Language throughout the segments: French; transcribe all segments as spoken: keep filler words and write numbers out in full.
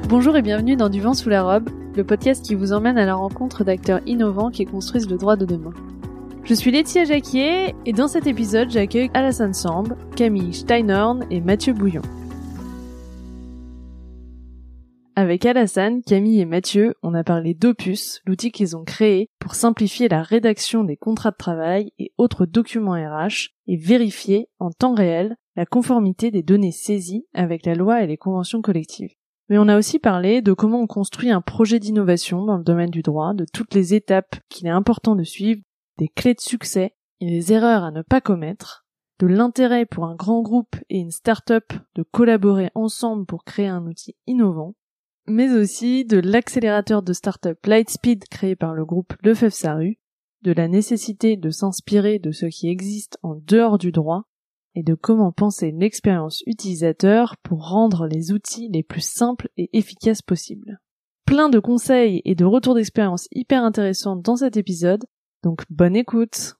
Bonjour et bienvenue dans Du vent sous la robe, le podcast qui vous emmène à la rencontre d'acteurs innovants qui construisent le droit de demain. Je suis Laetitia Jacquier et dans cet épisode, j'accueille Alassane Samb, Camille Steinhorn et Mathieu Bouillon. Avec Alassane, Camille et Mathieu, on a parlé d'Opus, l'outil qu'ils ont créé pour simplifier la rédaction des contrats de travail et autres documents R H et vérifier en temps réel la conformité des données saisies avec la loi et les conventions collectives. Mais on a aussi parlé de comment on construit un projet d'innovation dans le domaine du droit, de toutes les étapes qu'il est important de suivre, des clés de succès et des erreurs à ne pas commettre, de l'intérêt pour un grand groupe et une start-up de collaborer ensemble pour créer un outil innovant, mais aussi de l'accélérateur de start-up Lightspeed créé par le groupe Lefebvre Sarrut, de la nécessité de s'inspirer de ce qui existe en dehors du droit, et de comment penser l'expérience utilisateur pour rendre les outils les plus simples et efficaces possibles. Plein de conseils et de retours d'expérience hyper intéressants dans cet épisode, donc bonne écoute.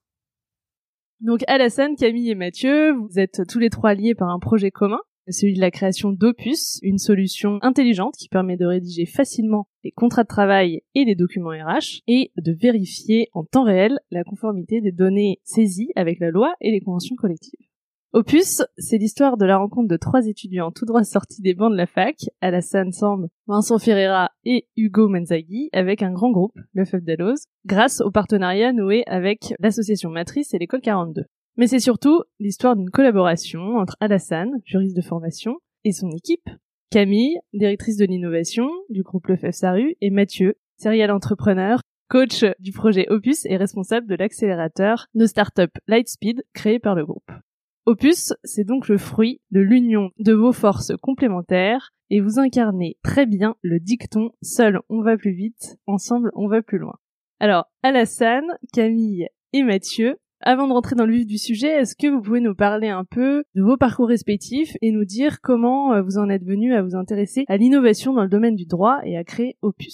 Donc Alassane, Camille et Mathieu, vous êtes tous les trois liés par un projet commun, celui de la création d'Opus, une solution intelligente qui permet de rédiger facilement les contrats de travail et les documents R H et de vérifier en temps réel la conformité des données saisies avec la loi et les conventions collectives. Opus, c'est l'histoire de la rencontre de trois étudiants tout droit sortis des bancs de la fac, Alassane Samb, Vincent Ferreira et Hugo Menzaghi, avec un grand groupe, Lefebvre Dalloz, grâce au partenariat noué avec l'association Matrice et l'école quarante-deux. Mais c'est surtout l'histoire d'une collaboration entre Alassane, juriste de formation, et son équipe, Camille, directrice de l'innovation du groupe Lefebvre Sarrut, et Mathieu, serial entrepreneur, coach du projet Opus et responsable de l'accélérateur de start-up Lightspeed créé par le groupe. Opus, c'est donc le fruit de l'union de vos forces complémentaires et vous incarnez très bien le dicton « Seul on va plus vite, ensemble on va plus loin ». Alors, Alassane, Camille et Mathieu, avant de rentrer dans le vif du sujet, est-ce que vous pouvez nous parler un peu de vos parcours respectifs et nous dire comment vous en êtes venus à vous intéresser à l'innovation dans le domaine du droit et à créer Opus ?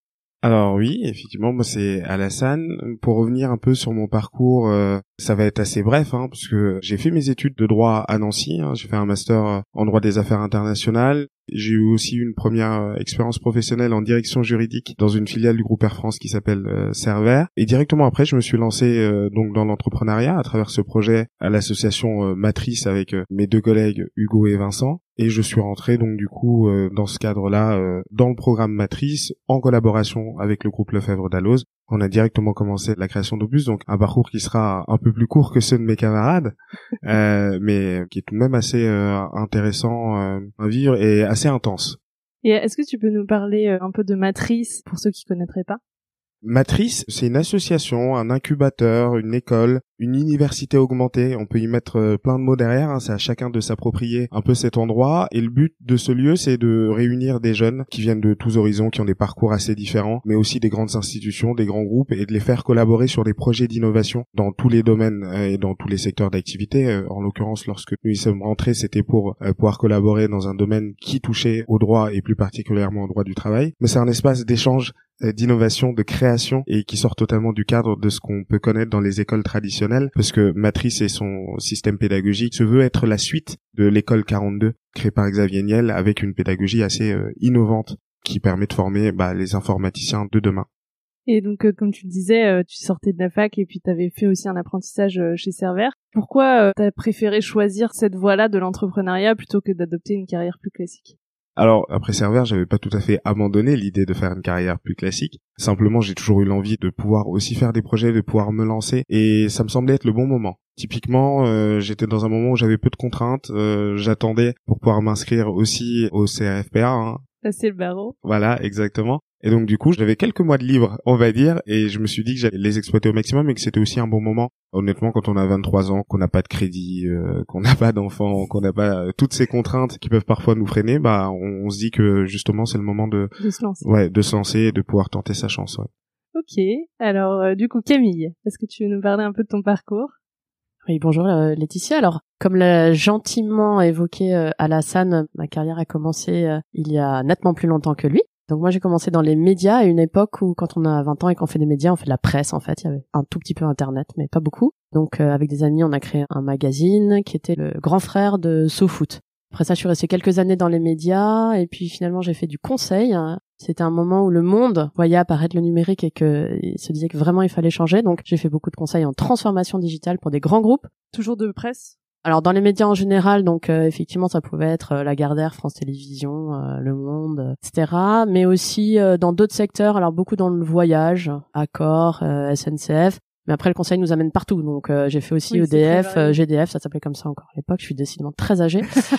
Alors oui, effectivement, moi c'est Alassane. Pour revenir un peu sur mon parcours, euh, ça va être assez bref, hein, parce que j'ai fait mes études de droit à Nancy. Hein, j'ai fait un master en droit des affaires internationales. J'ai eu aussi une première expérience professionnelle en direction juridique dans une filiale du groupe Air France qui s'appelle euh, Servair. Et directement après, je me suis lancé euh, donc dans l'entrepreneuriat à travers ce projet à l'association euh, Matrice avec euh, mes deux collègues Hugo et Vincent. Et je suis rentré donc du coup euh, dans ce cadre-là euh, dans le programme Matrice en collaboration avec le groupe Lefebvre Dalloz. On a directement commencé la création d'Opus, donc un parcours qui sera un peu plus court que ceux de mes camarades, euh, mais qui est tout de même assez euh, intéressant euh, à vivre et assez intense. Et est-ce que tu peux nous parler un peu de Matrice pour ceux qui connaîtraient pas ? Matrice, c'est une association, un incubateur, une école, une université augmentée. On peut y mettre plein de mots derrière, hein. C'est à chacun de s'approprier un peu cet endroit. Et le but de ce lieu, c'est de réunir des jeunes qui viennent de tous horizons, qui ont des parcours assez différents, mais aussi des grandes institutions, des grands groupes, et de les faire collaborer sur des projets d'innovation dans tous les domaines et dans tous les secteurs d'activité. En l'occurrence, lorsque nous y sommes rentrés, c'était pour pouvoir collaborer dans un domaine qui touchait au droit et plus particulièrement au droit du travail. Mais c'est un espace d'échange, d'innovation, de création et qui sort totalement du cadre de ce qu'on peut connaître dans les écoles traditionnelles, parce que Matrice et son système pédagogique se veut être la suite de l'école quarante-deux créée par Xavier Niel avec une pédagogie assez euh, innovante qui permet de former bah, les informaticiens de demain. Et donc, euh, comme tu le disais, euh, tu sortais de la fac et puis tu avais fait aussi un apprentissage euh, chez Servair. Pourquoi euh, tu as préféré choisir cette voie-là de l'entrepreneuriat plutôt que d'adopter une carrière plus classique ? Alors, après Servair, j'avais pas tout à fait abandonné l'idée de faire une carrière plus classique. Simplement, j'ai toujours eu l'envie de pouvoir aussi faire des projets, de pouvoir me lancer, et ça me semblait être le bon moment. Typiquement, euh, j'étais dans un moment où j'avais peu de contraintes, euh, j'attendais pour pouvoir m'inscrire aussi au C R F P A. Hein. Passer le barreau. Voilà, exactement. Et donc du coup, j'avais quelques mois de libre, on va dire, et je me suis dit que j'allais les exploiter au maximum et que c'était aussi un bon moment. Honnêtement, quand on a vingt-trois ans, qu'on n'a pas de crédit, euh, qu'on n'a pas d'enfants, qu'on n'a pas euh, toutes ces contraintes qui peuvent parfois nous freiner, bah on, on se dit que justement c'est le moment de de se lancer. Ouais, de se lancer et de pouvoir tenter sa chance. Ouais. Ok. Alors euh, du coup, Camille, est-ce que tu veux nous parler un peu de ton parcours ? Oui, bonjour euh, Laetitia. Alors, comme l'a gentiment évoqué euh, Alassane, ma carrière a commencé euh, il y a nettement plus longtemps que lui. Donc moi j'ai commencé dans les médias à une époque où quand on a vingt ans et qu'on fait des médias, on fait de la presse en fait. Il y avait un tout petit peu internet, mais pas beaucoup. Donc euh, avec des amis, on a créé un magazine qui était le grand frère de SoFoot. Après ça, je suis restée quelques années dans les médias et puis finalement, j'ai fait du conseil. C'était un moment où le monde voyait apparaître le numérique et que il se disait que vraiment il fallait changer. Donc, j'ai fait beaucoup de conseils en transformation digitale pour des grands groupes. Toujours de presse? Alors dans les médias en général, donc euh, effectivement ça pouvait être euh, Lagardère, France Télévisions, euh, Le Monde, euh, et cetera. Mais aussi euh, dans d'autres secteurs, alors beaucoup dans le voyage, Accor, euh, S N C F. Mais après le conseil nous amène partout, donc euh, j'ai fait aussi oui, E D F, euh, G D F, ça s'appelait comme ça encore à l'époque. Je suis décidément très âgée.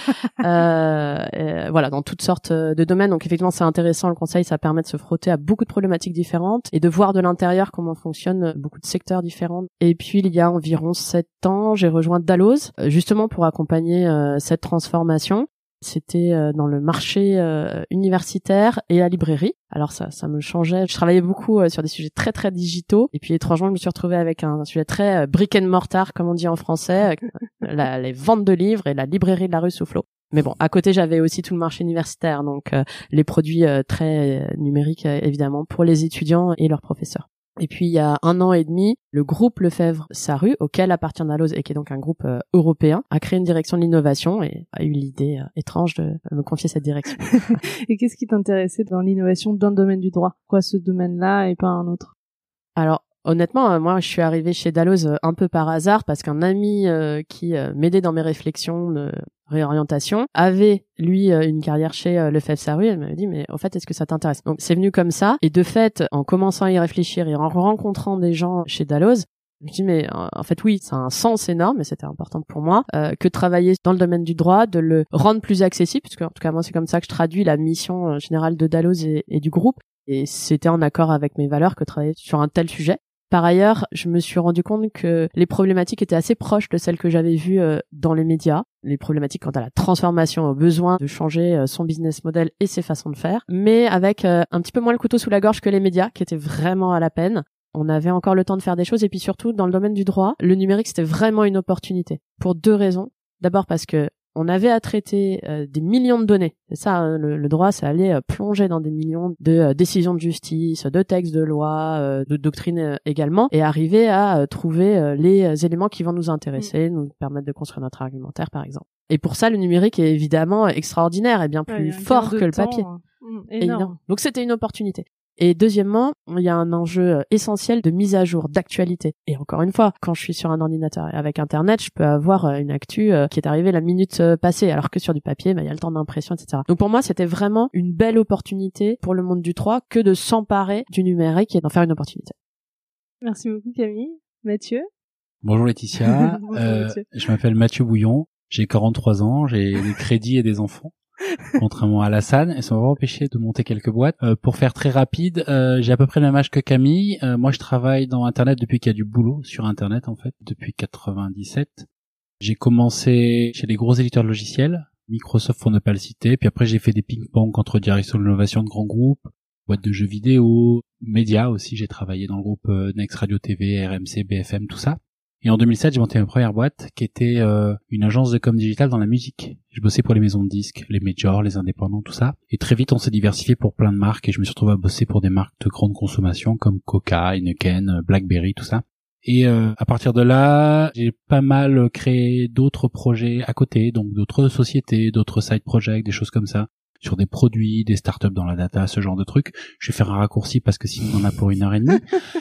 euh, et, voilà, dans toutes sortes de domaines. Donc effectivement c'est intéressant le conseil, ça permet de se frotter à beaucoup de problématiques différentes et de voir de l'intérieur comment fonctionnent beaucoup de secteurs différents. Et puis il y a environ sept ans, j'ai rejoint Dalloz justement pour accompagner euh, cette transformation. C'était euh, dans le marché euh, universitaire et la librairie. Alors ça, ça me changeait. Je travaillais beaucoup euh, sur des sujets très très digitaux. Et puis étrangement, je me suis retrouvée avec un sujet très euh, brick and mortar, comme on dit en français, avec, euh, la, les ventes de livres et la librairie de la rue Soufflot. Mais bon, à côté, j'avais aussi tout le marché universitaire, donc euh, les produits euh, très euh, numériques euh, évidemment pour les étudiants et leurs professeurs. Et puis il y a un an et demi, le groupe Lefebvre Sarrut, auquel appartient Dalloz et qui est donc un groupe euh, européen, a créé une direction de l'innovation et a eu l'idée euh, étrange de me confier cette direction. Et qu'est-ce qui t'intéressait dans l'innovation dans le domaine du droit? Pourquoi ce domaine-là et pas un autre? Alors honnêtement, euh, moi je suis arrivée chez Dalloz euh, un peu par hasard parce qu'un ami euh, qui euh, m'aidait dans mes réflexions de réorientation avait lui euh, une carrière chez euh, Lefebvre Sarrut. Elle m'avait dit mais au fait est-ce que ça t'intéresse? Donc c'est venu comme ça et de fait en commençant à y réfléchir et en rencontrant des gens chez Dalloz, je me dis mais euh, en fait oui ça a un sens énorme et c'était important pour moi euh, que de travailler dans le domaine du droit, de le rendre plus accessible puisque en tout cas moi c'est comme ça que je traduis la mission euh, générale de Dalloz et, et du groupe et c'était en accord avec mes valeurs que de travailler sur un tel sujet. Par ailleurs, je me suis rendu compte que les problématiques étaient assez proches de celles que j'avais vues euh, dans les médias. Les problématiques quant à la transformation, au besoin de changer euh, son business model et ses façons de faire, mais avec euh, un petit peu moins le couteau sous la gorge que les médias, qui étaient vraiment à la peine. On avait encore le temps de faire des choses et puis surtout, dans le domaine du droit, le numérique, c'était vraiment une opportunité. Pour deux raisons. D'abord parce que on avait à traiter euh, des millions de données. C'est ça, hein, le, le droit, c'est aller euh, plonger dans des millions de euh, décisions de justice, de textes de loi, euh, de doctrines euh, également, et arriver à euh, trouver euh, les euh, éléments qui vont nous intéresser, mmh. nous permettre de construire notre argumentaire, par exemple. Et pour ça, le numérique est évidemment extraordinaire et bien plus ouais, fort que le temps, papier. Mmh, énorme. énorme. Donc c'était une opportunité. Et deuxièmement, il y a un enjeu essentiel de mise à jour, d'actualité. Et encore une fois, quand je suis sur un ordinateur et avec Internet, je peux avoir une actu qui est arrivée la minute passée, alors que sur du papier, bah, il y a le temps d'impression, et cetera. Donc pour moi, c'était vraiment une belle opportunité pour le monde du droit que de s'emparer du numérique et d'en faire une opportunité. Merci beaucoup Camille. Mathieu? Bonjour Laetitia. Bonjour, euh, Mathieu. Je m'appelle Mathieu Bouillon, j'ai quarante-trois ans, j'ai des crédits et des enfants. Contrairement à Alassane, et ça m'a pas empêché de monter quelques boîtes. Euh, pour faire très rapide, euh, j'ai à peu près le même âge que Camille. Euh, moi, je travaille dans Internet depuis qu'il y a du boulot sur Internet, en fait, depuis quatre-vingt-dix-sept. J'ai commencé chez les gros éditeurs de logiciels, Microsoft pour ne pas le citer, puis après j'ai fait des ping-pong entre direction de l'innovation de grands groupes, boîtes de jeux vidéo, médias aussi, j'ai travaillé dans le groupe euh, Next Radio T V, R M C, B F M, tout ça. Et en deux mille sept, j'ai monté ma première boîte qui était euh, une agence de com digital dans la musique. Je bossais pour les maisons de disques, les majors, les indépendants, tout ça. Et très vite, on s'est diversifié pour plein de marques et je me suis retrouvé à bosser pour des marques de grande consommation comme Coca, Heineken, BlackBerry, tout ça. Et euh, à partir de là, j'ai pas mal créé d'autres projets à côté, donc d'autres sociétés, d'autres side projects, des choses comme ça, sur des produits, des startups dans la data, ce genre de trucs. Je vais faire un raccourci parce que sinon on en a pour une heure et demie.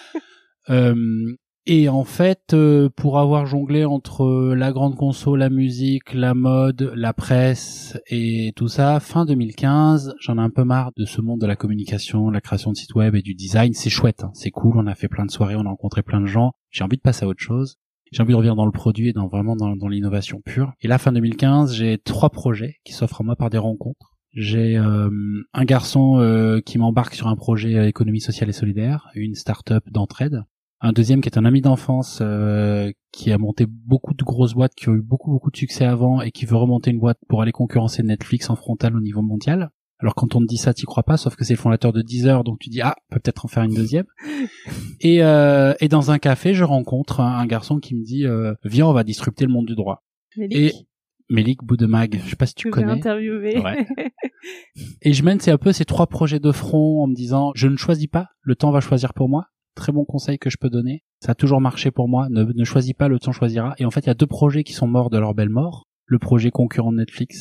euh, Et en fait, euh, pour avoir jonglé entre la grande conso, la musique, la mode, la presse et tout ça, fin deux mille quinze, j'en ai un peu marre de ce monde de la communication, la création de sites web et du design. C'est chouette, hein, c'est cool, on a fait plein de soirées, on a rencontré plein de gens. J'ai envie de passer à autre chose. J'ai envie de revenir dans le produit et dans vraiment dans, dans l'innovation pure. Et là, fin deux mille quinze, j'ai trois projets qui s'offrent à moi par des rencontres. J'ai euh, un garçon euh, qui m'embarque sur un projet économie sociale et solidaire, une start-up d'entraide. Un deuxième qui est un ami d'enfance euh, qui a monté beaucoup de grosses boîtes, qui ont eu beaucoup beaucoup de succès avant et qui veut remonter une boîte pour aller concurrencer Netflix en frontal au niveau mondial. Alors quand on te dit ça, t'y crois pas, sauf que c'est le fondateur de Deezer, donc tu dis ah, peut peut-être en faire une deuxième. Et, euh, et dans un café, je rencontre un, un garçon qui me dit euh, viens, on va disrupter le monde du droit. Mélic. Et Mélic Boudemag, je sais pas si tu que connais. J'ai interviewé. Ouais. Et je mène c'est un peu ces trois projets de front en me disant je ne choisis pas, le temps va choisir pour moi. Très bon conseil que je peux donner. Ça a toujours marché pour moi. Ne, ne choisis pas, le temps choisira. Et en fait, il y a deux projets qui sont morts de leur belle mort. Le projet concurrent de Netflix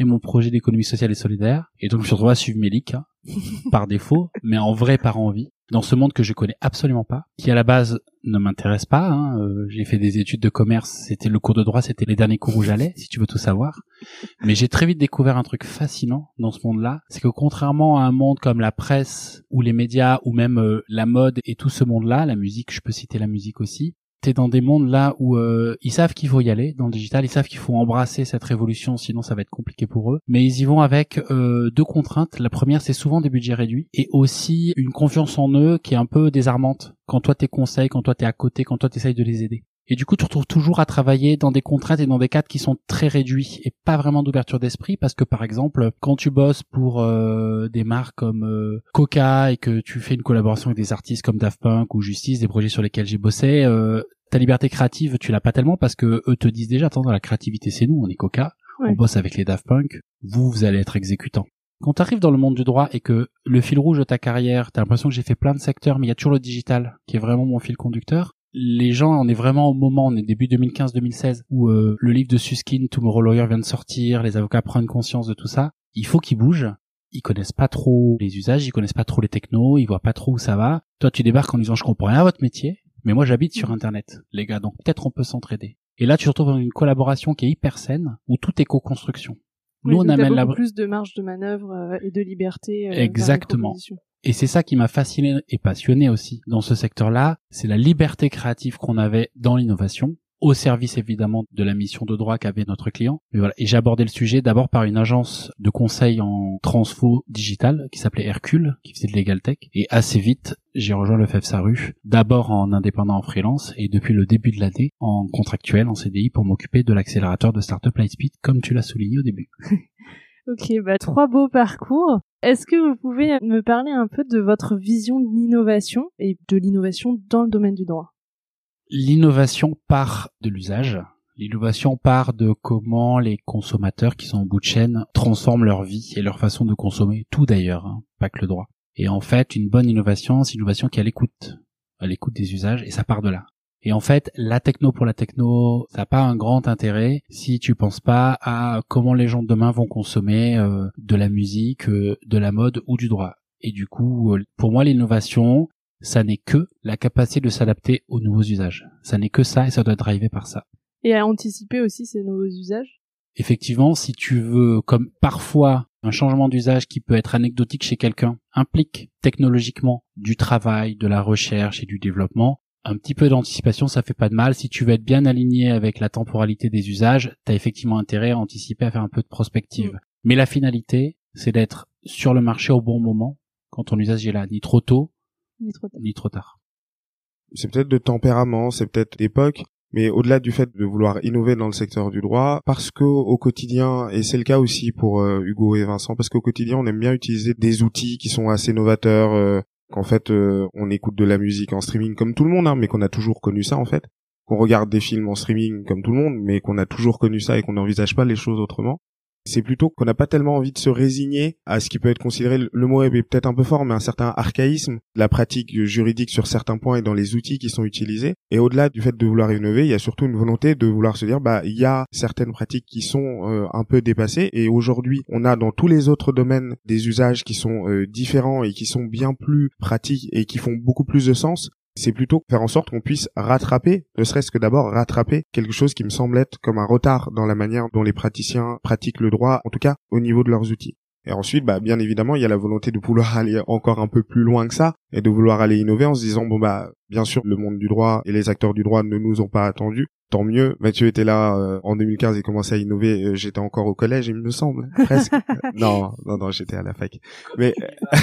et mon projet d'économie sociale et solidaire. Et donc je me suis retrouvé à suivre Mélic, hein, par défaut, mais en vrai par envie, dans ce monde que je connais absolument pas, qui à la base ne m'intéresse pas. Hein. Euh, j'ai fait des études de commerce, c'était le cours de droit, c'était les derniers cours où j'allais, si tu veux tout savoir. Mais j'ai très vite découvert un truc fascinant dans ce monde-là, c'est que contrairement à un monde comme la presse ou les médias ou même euh, la mode et tout ce monde-là, la musique, je peux citer la musique aussi, t'es dans des mondes là où euh, ils savent qu'il faut y aller dans le digital, ils savent qu'il faut embrasser cette révolution, sinon ça va être compliqué pour eux. Mais ils y vont avec euh, deux contraintes. La première, c'est souvent des budgets réduits et aussi une confiance en eux qui est un peu désarmante quand toi t'es conseil, quand toi t'es à côté, quand toi t'essayes de les aider. Et du coup, tu te retrouves toujours à travailler dans des contraintes et dans des cadres qui sont très réduits et pas vraiment d'ouverture d'esprit parce que, par exemple, quand tu bosses pour euh, des marques comme euh, Coca et que tu fais une collaboration avec des artistes comme Daft Punk ou Justice, des projets sur lesquels j'ai bossé, euh, ta liberté créative, tu l'as pas tellement parce que eux te disent déjà, attends, la créativité, c'est nous, on est Coca, ouais. On bosse avec les Daft Punk, vous, vous allez être exécutant. Quand tu arrives dans le monde du droit et que le fil rouge de ta carrière, t'as l'impression que j'ai fait plein de secteurs, mais il y a toujours le digital qui est vraiment mon fil conducteur. Les gens, on est vraiment au moment, on est début deux mille quinze deux mille seize, où euh, le livre de Susskind, Tomorrow Lawyer vient de sortir, les avocats prennent conscience de tout ça. Il faut qu'ils bougent. Ils connaissent pas trop les usages, ils connaissent pas trop les technos, ils voient pas trop où ça va. Toi, tu débarques en disant, je comprends rien à votre métier, mais moi, j'habite sur Internet, les gars, donc peut-être on peut s'entraider. Et là, tu te retrouves dans une collaboration qui est hyper saine, où tout est co-construction. Nous, oui, on amène la plus de marge de manœuvre euh, et de liberté. Euh, Exactement. Et c'est ça qui m'a fasciné et passionné aussi dans ce secteur-là, c'est la liberté créative qu'on avait dans l'innovation, au service évidemment de la mission de droit qu'avait notre client. Mais voilà. Et j'ai abordé le sujet d'abord par une agence de conseil en transfo digital qui s'appelait Hercule, qui faisait de Legal Tech. Et assez vite, j'ai rejoint le F F Saru, d'abord en indépendant en freelance et depuis le début de l'année en contractuel, en C D I, pour m'occuper de l'accélérateur de Startup Lightspeed, comme tu l'as souligné au début. Ok, bah trois beaux parcours. Est-ce que vous pouvez me parler un peu de votre vision de l'innovation et de l'innovation dans le domaine du droit ? L'innovation part de l'usage. L'innovation part de comment les consommateurs qui sont en bout de chaîne transforment leur vie et leur façon de consommer, tout d'ailleurs, hein, pas que le droit. Et en fait, une bonne innovation, c'est une innovation qui est à l'écoute, à l'écoute des usages, et ça part de là. Et en fait, la techno pour la techno, ça n'a pas un grand intérêt si tu penses pas à comment les gens de demain vont consommer euh, de la musique, euh, de la mode ou du droit. Et du coup, euh, pour moi, l'innovation, ça n'est que la capacité de s'adapter aux nouveaux usages. Ça n'est que ça et ça doit être drivé par ça. Et à anticiper aussi ces nouveaux usages ? Effectivement, si tu veux, comme parfois un changement d'usage qui peut être anecdotique chez quelqu'un implique technologiquement du travail, de la recherche et du développement, un petit peu d'anticipation, ça fait pas de mal. Si tu veux être bien aligné avec la temporalité des usages, t'as effectivement intérêt à anticiper, à faire un peu de prospective. Mmh. Mais la finalité, c'est d'être sur le marché au bon moment, quand ton usage est là, ni trop tôt, ni trop tard. Ni trop tard. C'est peut-être de tempérament, c'est peut-être d'époque, mais au-delà du fait de vouloir innover dans le secteur du droit, parce que au quotidien, et c'est le cas aussi pour euh, Hugo et Vincent, parce qu'au quotidien, on aime bien utiliser des outils qui sont assez novateurs, euh, qu'en fait euh, on écoute de la musique en streaming comme tout le monde, hein, mais qu'on a toujours connu ça en fait, qu'on regarde des films en streaming comme tout le monde, mais qu'on a toujours connu ça et qu'on n'envisage pas les choses autrement. C'est plutôt qu'on n'a pas tellement envie de se résigner à ce qui peut être considéré, le mot est peut-être un peu fort, mais un certain archaïsme, la pratique juridique sur certains points et dans les outils qui sont utilisés. Et au-delà du fait de vouloir innover, il y a surtout une volonté de vouloir se dire, bah, il y a certaines pratiques qui sont euh, un peu dépassées. Et aujourd'hui, on a dans tous les autres domaines des usages qui sont euh, différents et qui sont bien plus pratiques et qui font beaucoup plus de sens. C'est plutôt faire en sorte qu'on puisse rattraper, ne serait-ce que d'abord rattraper quelque chose qui me semble être comme un retard dans la manière dont les praticiens pratiquent le droit, en tout cas au niveau de leurs outils. Et ensuite, bah, bien évidemment, il y a la volonté de vouloir aller encore un peu plus loin que ça et de vouloir aller innover en se disant, bon bah, bien sûr, le monde du droit et les acteurs du droit ne nous ont pas attendus. Tant mieux. Mathieu était là euh, en deux mille quinze et commençait à innover. Euh, j'étais encore au collège, il me semble, presque. non, non, non, j'étais à la fac. Mais,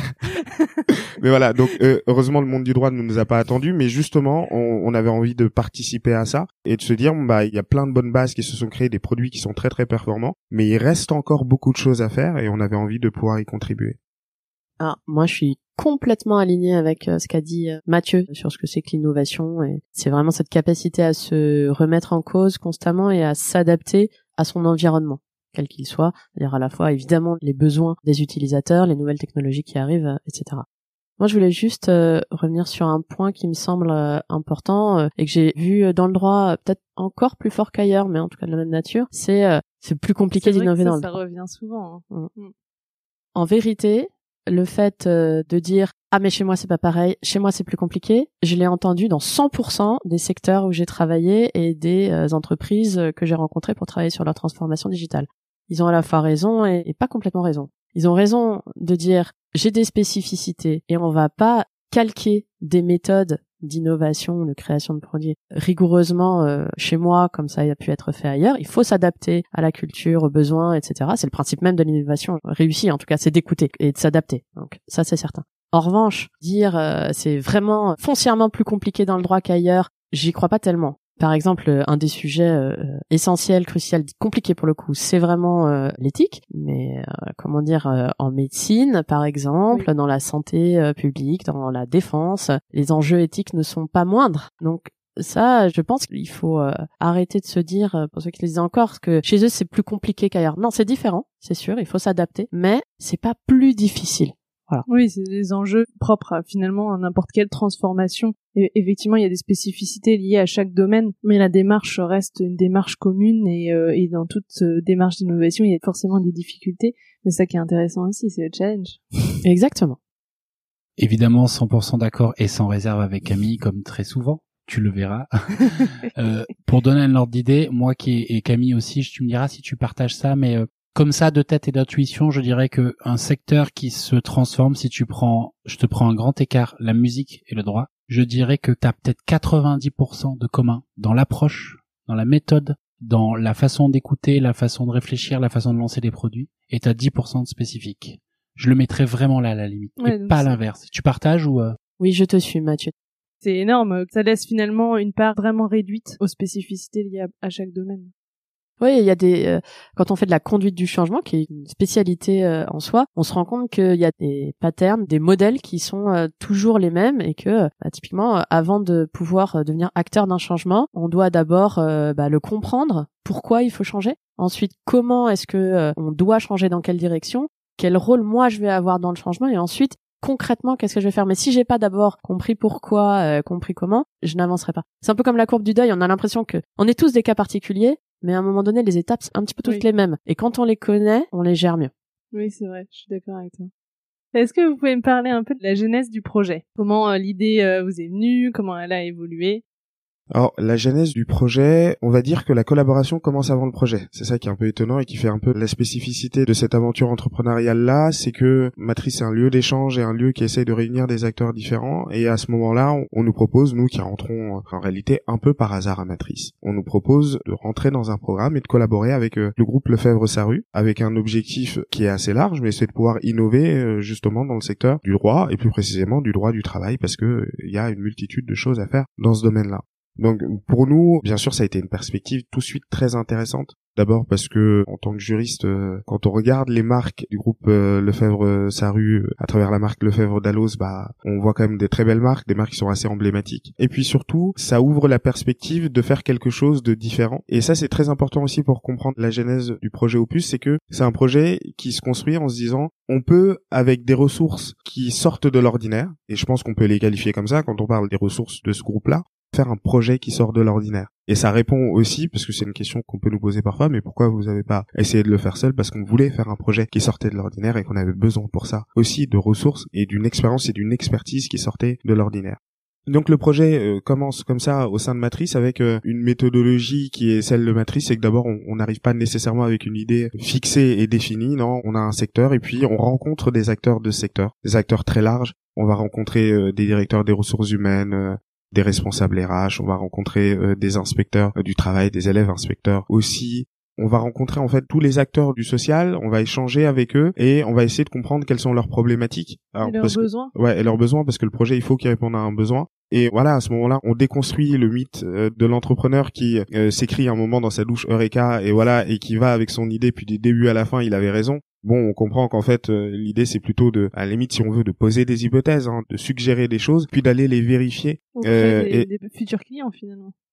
mais voilà. Donc, euh, heureusement, le monde du droit ne nous a pas attendus. Mais justement, on, on avait envie de participer à ça et de se dire, bah, il y a plein de bonnes bases qui se sont créées, des produits qui sont très très performants, mais il reste encore beaucoup de choses à faire et on avait envie de pouvoir y contribuer. Ah, moi, je suis complètement alignée avec euh, ce qu'a dit euh, Mathieu sur ce que c'est que l'innovation. Et c'est vraiment cette capacité à se remettre en cause constamment et à s'adapter à son environnement, quel qu'il soit. C'est-à-dire à la fois, évidemment, les besoins des utilisateurs, les nouvelles technologies qui arrivent, euh, et cetera. Moi, je voulais juste euh, revenir sur un point qui me semble euh, important euh, et que j'ai vu euh, dans le droit, euh, peut-être encore plus fort qu'ailleurs, mais en tout cas de la même nature. C'est euh, c'est plus compliqué c'est vrai d'innover que ça, dans le ça droit. revient souvent. Hein. Mm. Mm. En vérité, le fait euh, de dire ah mais chez moi c'est pas pareil, chez moi c'est plus compliqué, je l'ai entendu dans cent pour cent des secteurs où j'ai travaillé et des euh, entreprises que j'ai rencontrées pour travailler sur leur transformation digitale. Ils ont à la fois raison et, et pas complètement raison. Ils ont raison de dire j'ai des spécificités et on va pas calquer des méthodes d'innovation, de création de produits rigoureusement euh, chez moi comme ça a pu être fait ailleurs. Il faut s'adapter à la culture, aux besoins, et cetera. C'est le principe même de l'innovation réussie, en tout cas, c'est d'écouter et de s'adapter. Donc ça, c'est certain. En revanche, dire euh, c'est vraiment foncièrement plus compliqué dans le droit qu'ailleurs, j'y crois pas tellement. Par exemple, un des sujets euh, essentiels, crucial, compliqué pour le coup, c'est vraiment euh, l'éthique. Mais euh, comment dire, euh, en médecine, par exemple, oui. Dans la santé euh, publique, dans la défense, les enjeux éthiques ne sont pas moindres. Donc ça, je pense qu'il faut euh, arrêter de se dire, euh, pour ceux qui le disent encore, que chez eux c'est plus compliqué qu'ailleurs. Non, c'est différent, c'est sûr, il faut s'adapter, mais c'est pas plus difficile. Voilà. Oui, c'est des enjeux propres à, finalement à n'importe quelle transformation. Et effectivement, il y a des spécificités liées à chaque domaine, mais la démarche reste une démarche commune et, euh, et dans toute euh, démarche d'innovation, il y a forcément des difficultés. Mais ça qui est intéressant aussi, c'est le challenge. Exactement. Évidemment, cent pour cent d'accord et sans réserve avec Camille, comme très souvent. Tu le verras. euh, pour donner un ordre d'idée, moi qui et Camille aussi, tu me diras si tu partages ça, mais euh, comme ça, de tête et d'intuition, je dirais que un secteur qui se transforme, si tu prends, je te prends un grand écart, la musique et le droit, je dirais que tu as peut-être quatre-vingt-dix pour cent de commun dans l'approche, dans la méthode, dans la façon d'écouter, la façon de réfléchir, la façon de lancer des produits, et tu as dix pour cent de spécifique. Je le mettrais vraiment là à la limite, ouais, et pas à l'inverse. Tu partages ou euh... Oui, je te suis, Mathieu. C'est énorme, ça laisse finalement une part vraiment réduite aux spécificités liées à, à chaque domaine. Oui, il y a des euh, quand on fait de la conduite du changement, qui est une spécialité euh, en soi, on se rend compte qu'il y a des patterns, des modèles qui sont euh, toujours les mêmes et que bah, typiquement, euh, avant de pouvoir euh, devenir acteur d'un changement, on doit d'abord euh, bah, le comprendre, pourquoi il faut changer. Ensuite, comment est-ce que euh, on doit changer, dans quelle direction, quel rôle moi je vais avoir dans le changement, et ensuite concrètement qu'est-ce que je vais faire. Mais si j'ai pas d'abord compris pourquoi, euh, compris comment, je n'avancerai pas. C'est un peu comme la courbe du deuil. On a l'impression que on est tous des cas particuliers. Mais à un moment donné, les étapes, c'est un petit peu toutes oui. les mêmes. Et quand on les connaît, on les gère mieux. Oui, c'est vrai, je suis d'accord avec toi. Est-ce que vous pouvez me parler un peu de la genèse du projet ? Comment euh, l'idée euh, vous est venue ? Comment elle a évolué ? Alors, la genèse du projet, on va dire que la collaboration commence avant le projet. C'est ça qui est un peu étonnant et qui fait un peu la spécificité de cette aventure entrepreneuriale-là, c'est que Matrice, c'est un lieu d'échange et un lieu qui essaye de réunir des acteurs différents. Et à ce moment-là, on, on nous propose, nous qui rentrons en réalité un peu par hasard à Matrice, on nous propose de rentrer dans un programme et de collaborer avec euh, le groupe Lefebvre-Sarrut, avec un objectif qui est assez large, mais c'est de pouvoir innover euh, justement dans le secteur du droit, et plus précisément du droit du travail, parce que euh, il y a une multitude de choses à faire dans ce domaine-là. Donc pour nous, bien sûr, ça a été une perspective tout de suite très intéressante. D'abord parce que, en tant que juriste, euh, quand on regarde les marques du groupe euh, Lefebvre-Sarrut à travers la marque Lefebvre-Dalloz, bah, on voit quand même des très belles marques, des marques qui sont assez emblématiques. Et puis surtout, ça ouvre la perspective de faire quelque chose de différent. Et ça, c'est très important aussi pour comprendre la genèse du projet Opus, c'est que c'est un projet qui se construit en se disant, on peut, avec des ressources qui sortent de l'ordinaire, et je pense qu'on peut les qualifier comme ça quand on parle des ressources de ce groupe-là, faire un projet qui sort de l'ordinaire. Et ça répond aussi, parce que c'est une question qu'on peut nous poser parfois, mais pourquoi vous avez pas essayé de le faire seul ? Parce qu'on voulait faire un projet qui sortait de l'ordinaire et qu'on avait besoin pour ça aussi de ressources et d'une expérience et d'une expertise qui sortait de l'ordinaire. Donc le projet euh, commence comme ça au sein de Matrice avec euh, une méthodologie qui est celle de Matrice, c'est que d'abord on n'arrive pas nécessairement avec une idée fixée et définie, non, on a un secteur et puis on rencontre des acteurs de ce secteur, des acteurs très larges. On va rencontrer euh, des directeurs des ressources humaines, euh, des responsables R H, on va rencontrer euh, des inspecteurs euh, du travail, des élèves inspecteurs aussi. On va rencontrer en fait tous les acteurs du social, on va échanger avec eux et on va essayer de comprendre quelles sont leurs problématiques. Alors, et leurs besoins. Que, ouais, et leurs besoins parce que le projet, il faut qu'il réponde à un besoin. Et voilà, à ce moment-là, on déconstruit le mythe euh, de l'entrepreneur qui euh, s'écrit un moment dans sa douche Eureka et voilà, et qui va avec son idée puis du début à la fin, il avait raison. Bon, on comprend qu'en fait, euh, l'idée, c'est plutôt de, à la limite, si on veut, de poser des hypothèses, hein, de suggérer des choses, puis d'aller les vérifier. Auprès euh, des, et... des futurs clients, finalement.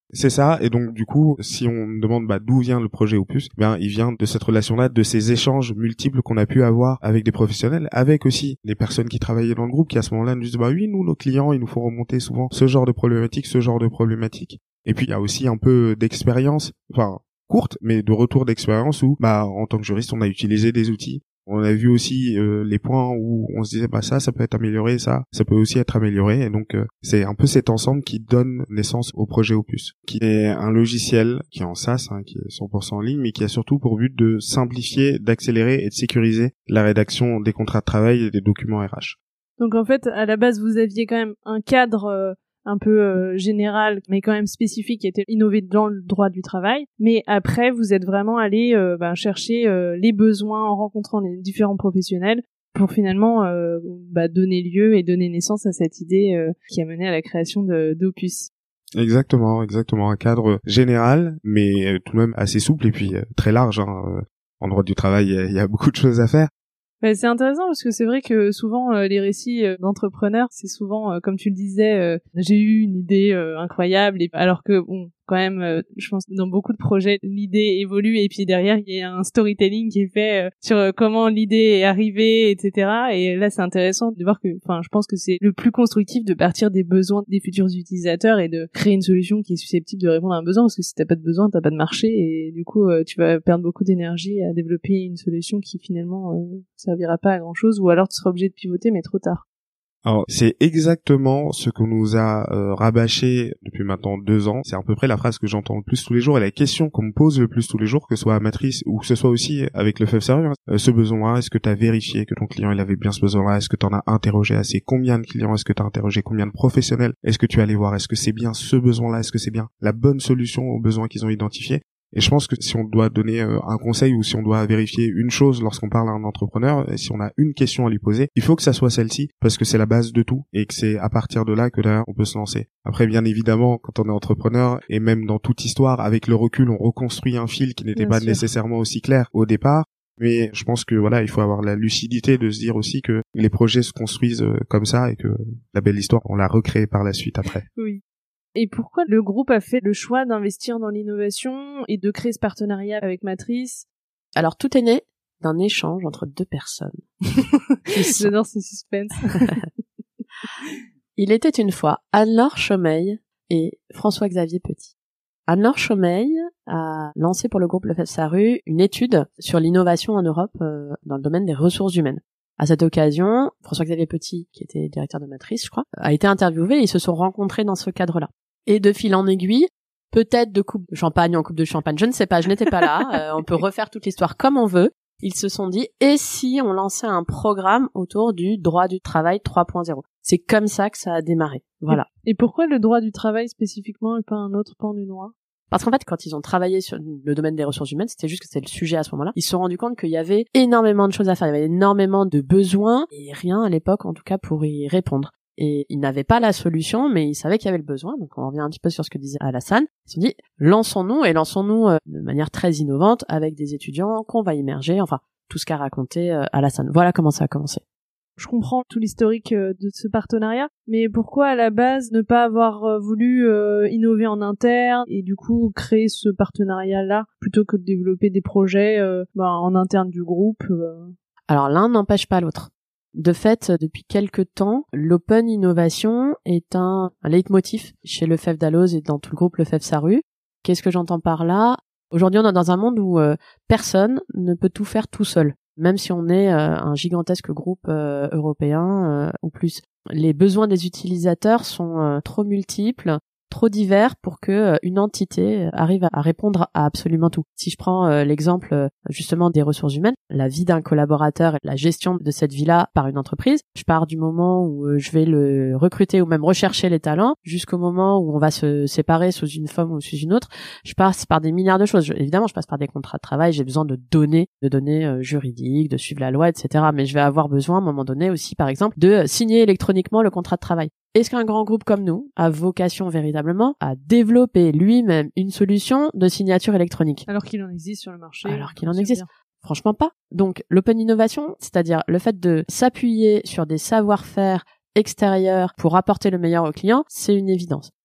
C'est ça, et donc du coup, si on me demande bah, d'où vient le projet Opus, ben il vient de cette relation-là, de ces échanges multiples qu'on a pu avoir avec des professionnels, avec aussi les personnes qui travaillaient dans le groupe, qui à ce moment-là nous disent bah oui, nous nos clients, ils nous font remonter souvent ce genre de problématiques, ce genre de problématiques. Et puis il y a aussi un peu d'expérience, enfin courte, mais de retour d'expérience où bah en tant que juriste, on a utilisé des outils. On a vu aussi euh, les points où on se disait bah ça ça peut être amélioré, ça ça peut aussi être amélioré, et donc euh, c'est un peu cet ensemble qui donne naissance au projet Opus, qui est un logiciel qui est en SaaS, hein, qui est cent pour cent en ligne, mais qui a surtout pour but de simplifier, d'accélérer et de sécuriser la rédaction des contrats de travail et des documents R H. Donc en fait, à la base, vous aviez quand même un cadre euh, un peu euh, général, mais quand même spécifique, qui était innové dans le droit du travail. Mais après, vous êtes vraiment allé euh, bah, chercher euh, les besoins en rencontrant les différents professionnels pour finalement euh, bah, donner lieu et donner naissance à cette idée euh, qui a mené à la création de d'Opus. Exactement, exactement. Un cadre général, mais euh, tout de même assez souple et puis euh, très large. Hein. Euh, en droit du travail, il y, y a beaucoup de choses à faire. Bah, c'est intéressant parce que c'est vrai que souvent euh, les récits euh, d'entrepreneurs, c'est souvent euh, comme tu le disais, euh, j'ai eu une idée euh, incroyable, et alors que bon, quand même, euh, je pense que dans beaucoup de projets, l'idée évolue et puis derrière il y a un storytelling qui est fait euh, sur euh, comment l'idée est arrivée, et cetera. Et là, c'est intéressant de voir que, enfin, je pense que c'est le plus constructif de partir des besoins des futurs utilisateurs et de créer une solution qui est susceptible de répondre à un besoin, parce que si t'as pas de besoin, t'as pas de marché, et du coup, euh, tu vas perdre beaucoup d'énergie à développer une solution qui finalement euh, servira pas à grand chose, ou alors tu seras obligé de pivoter, mais trop tard. Alors, c'est exactement ce qu'on nous a euh, rabâché depuis maintenant deux ans. C'est à peu près la phrase que j'entends le plus tous les jours et la question qu'on me pose le plus tous les jours, que ce soit à Matrice ou que ce soit aussi avec le F E V Sérieux. Euh, ce besoin, est-ce que tu as vérifié que ton client il avait bien ce besoin-là? Est-ce que tu en as interrogé assez? Combien de clients? Est-ce que tu as interrogé combien de professionnels? Est-ce que tu es allé voir? Est-ce que c'est bien ce besoin-là? Est-ce que c'est bien la bonne solution aux besoins qu'ils ont identifiés? Et je pense que si on doit donner euh, un conseil ou si on doit vérifier une chose lorsqu'on parle à un entrepreneur, et si on a une question à lui poser, il faut que ça soit celle-ci, parce que c'est la base de tout et que c'est à partir de là que là on peut se lancer. Après, bien évidemment, quand on est entrepreneur, et même dans toute histoire, avec le recul, on reconstruit un fil qui n'était bien pas sûr. Nécessairement aussi clair au départ. Mais je pense que voilà, il faut avoir la lucidité de se dire aussi que les projets se construisent euh, comme ça et que la belle histoire, on la recrée par la suite après. Oui. Et pourquoi le groupe a fait le choix d'investir dans l'innovation et de créer ce partenariat avec Matrice? Alors, tout est né d'un échange entre deux personnes. J'adore ce suspense. Il était une fois Anne-Laure Chaumeil et François-Xavier Petit. Anne-Laure Chaumeil a lancé pour le groupe Lefebvre Sarrut une étude sur l'innovation en Europe euh, dans le domaine des ressources humaines. À cette occasion, François-Xavier Petit, qui était directeur de Matrice, je crois, a été interviewé et ils se sont rencontrés dans ce cadre-là. Et de fil en aiguille, peut-être de coupe de champagne en coupe de champagne, je ne sais pas, je n'étais pas là, euh, on peut refaire toute l'histoire comme on veut. Ils se sont dit, et si on lançait un programme autour du droit du travail trois point zéro? C'est comme ça que ça a démarré, voilà. Et pourquoi le droit du travail spécifiquement et pas un autre pan du droit? Parce qu'en fait, quand ils ont travaillé sur le domaine des ressources humaines, c'était juste que c'était le sujet à ce moment-là, ils se sont rendus compte qu'il y avait énormément de choses à faire, il y avait énormément de besoins, et rien à l'époque, en tout cas, pour y répondre. Et ils n'avaient pas la solution, mais ils savaient qu'il y avait le besoin, donc on revient un petit peu sur ce que disait Alassane. Ils se sont dit, lançons-nous, et lançons-nous euh, de manière très innovante, avec des étudiants qu'on va immerger, enfin, tout ce qu'a raconté euh, Alassane. Voilà comment ça a commencé. Je comprends tout l'historique de ce partenariat, mais pourquoi à la base ne pas avoir voulu euh, innover en interne et du coup créer ce partenariat-là plutôt que de développer des projets euh, bah, en interne du groupe euh... Alors l'un n'empêche pas l'autre. De fait, depuis quelques temps, l'open innovation est un, un leitmotiv chez Lefebvre Dalloz et dans tout le groupe Lefebvre Sarrut. Qu'est-ce que j'entends par là? Aujourd'hui, on est dans un monde où euh, personne ne peut tout faire tout seul. Même si on est euh, un gigantesque groupe euh, européen euh, ou plus. Les besoins des utilisateurs sont euh, trop multiples, trop divers pour que euh, une entité arrive à, à répondre à absolument tout. Si je prends euh, l'exemple euh, justement des ressources humaines, la vie d'un collaborateur et la gestion de cette vie-là par une entreprise, je pars du moment où euh, je vais le recruter ou même rechercher les talents jusqu'au moment où on va se séparer sous une forme ou sous une autre, je passe par des milliards de choses. Je, évidemment, je passe par des contrats de travail, j'ai besoin de données, de données euh, juridiques, de suivre la loi, et cetera. Mais je vais avoir besoin à un moment donné aussi, par exemple, de signer électroniquement le contrat de travail. Est-ce qu'un grand groupe comme nous a vocation véritablement à développer lui-même une solution de signature électronique? Alors qu'il en existe sur le marché. Alors qu'il en existe. Bien. Franchement pas. Donc l'open innovation, c'est-à-dire le fait de s'appuyer sur des savoir-faire extérieurs pour apporter le meilleur au client, c'est une évidence.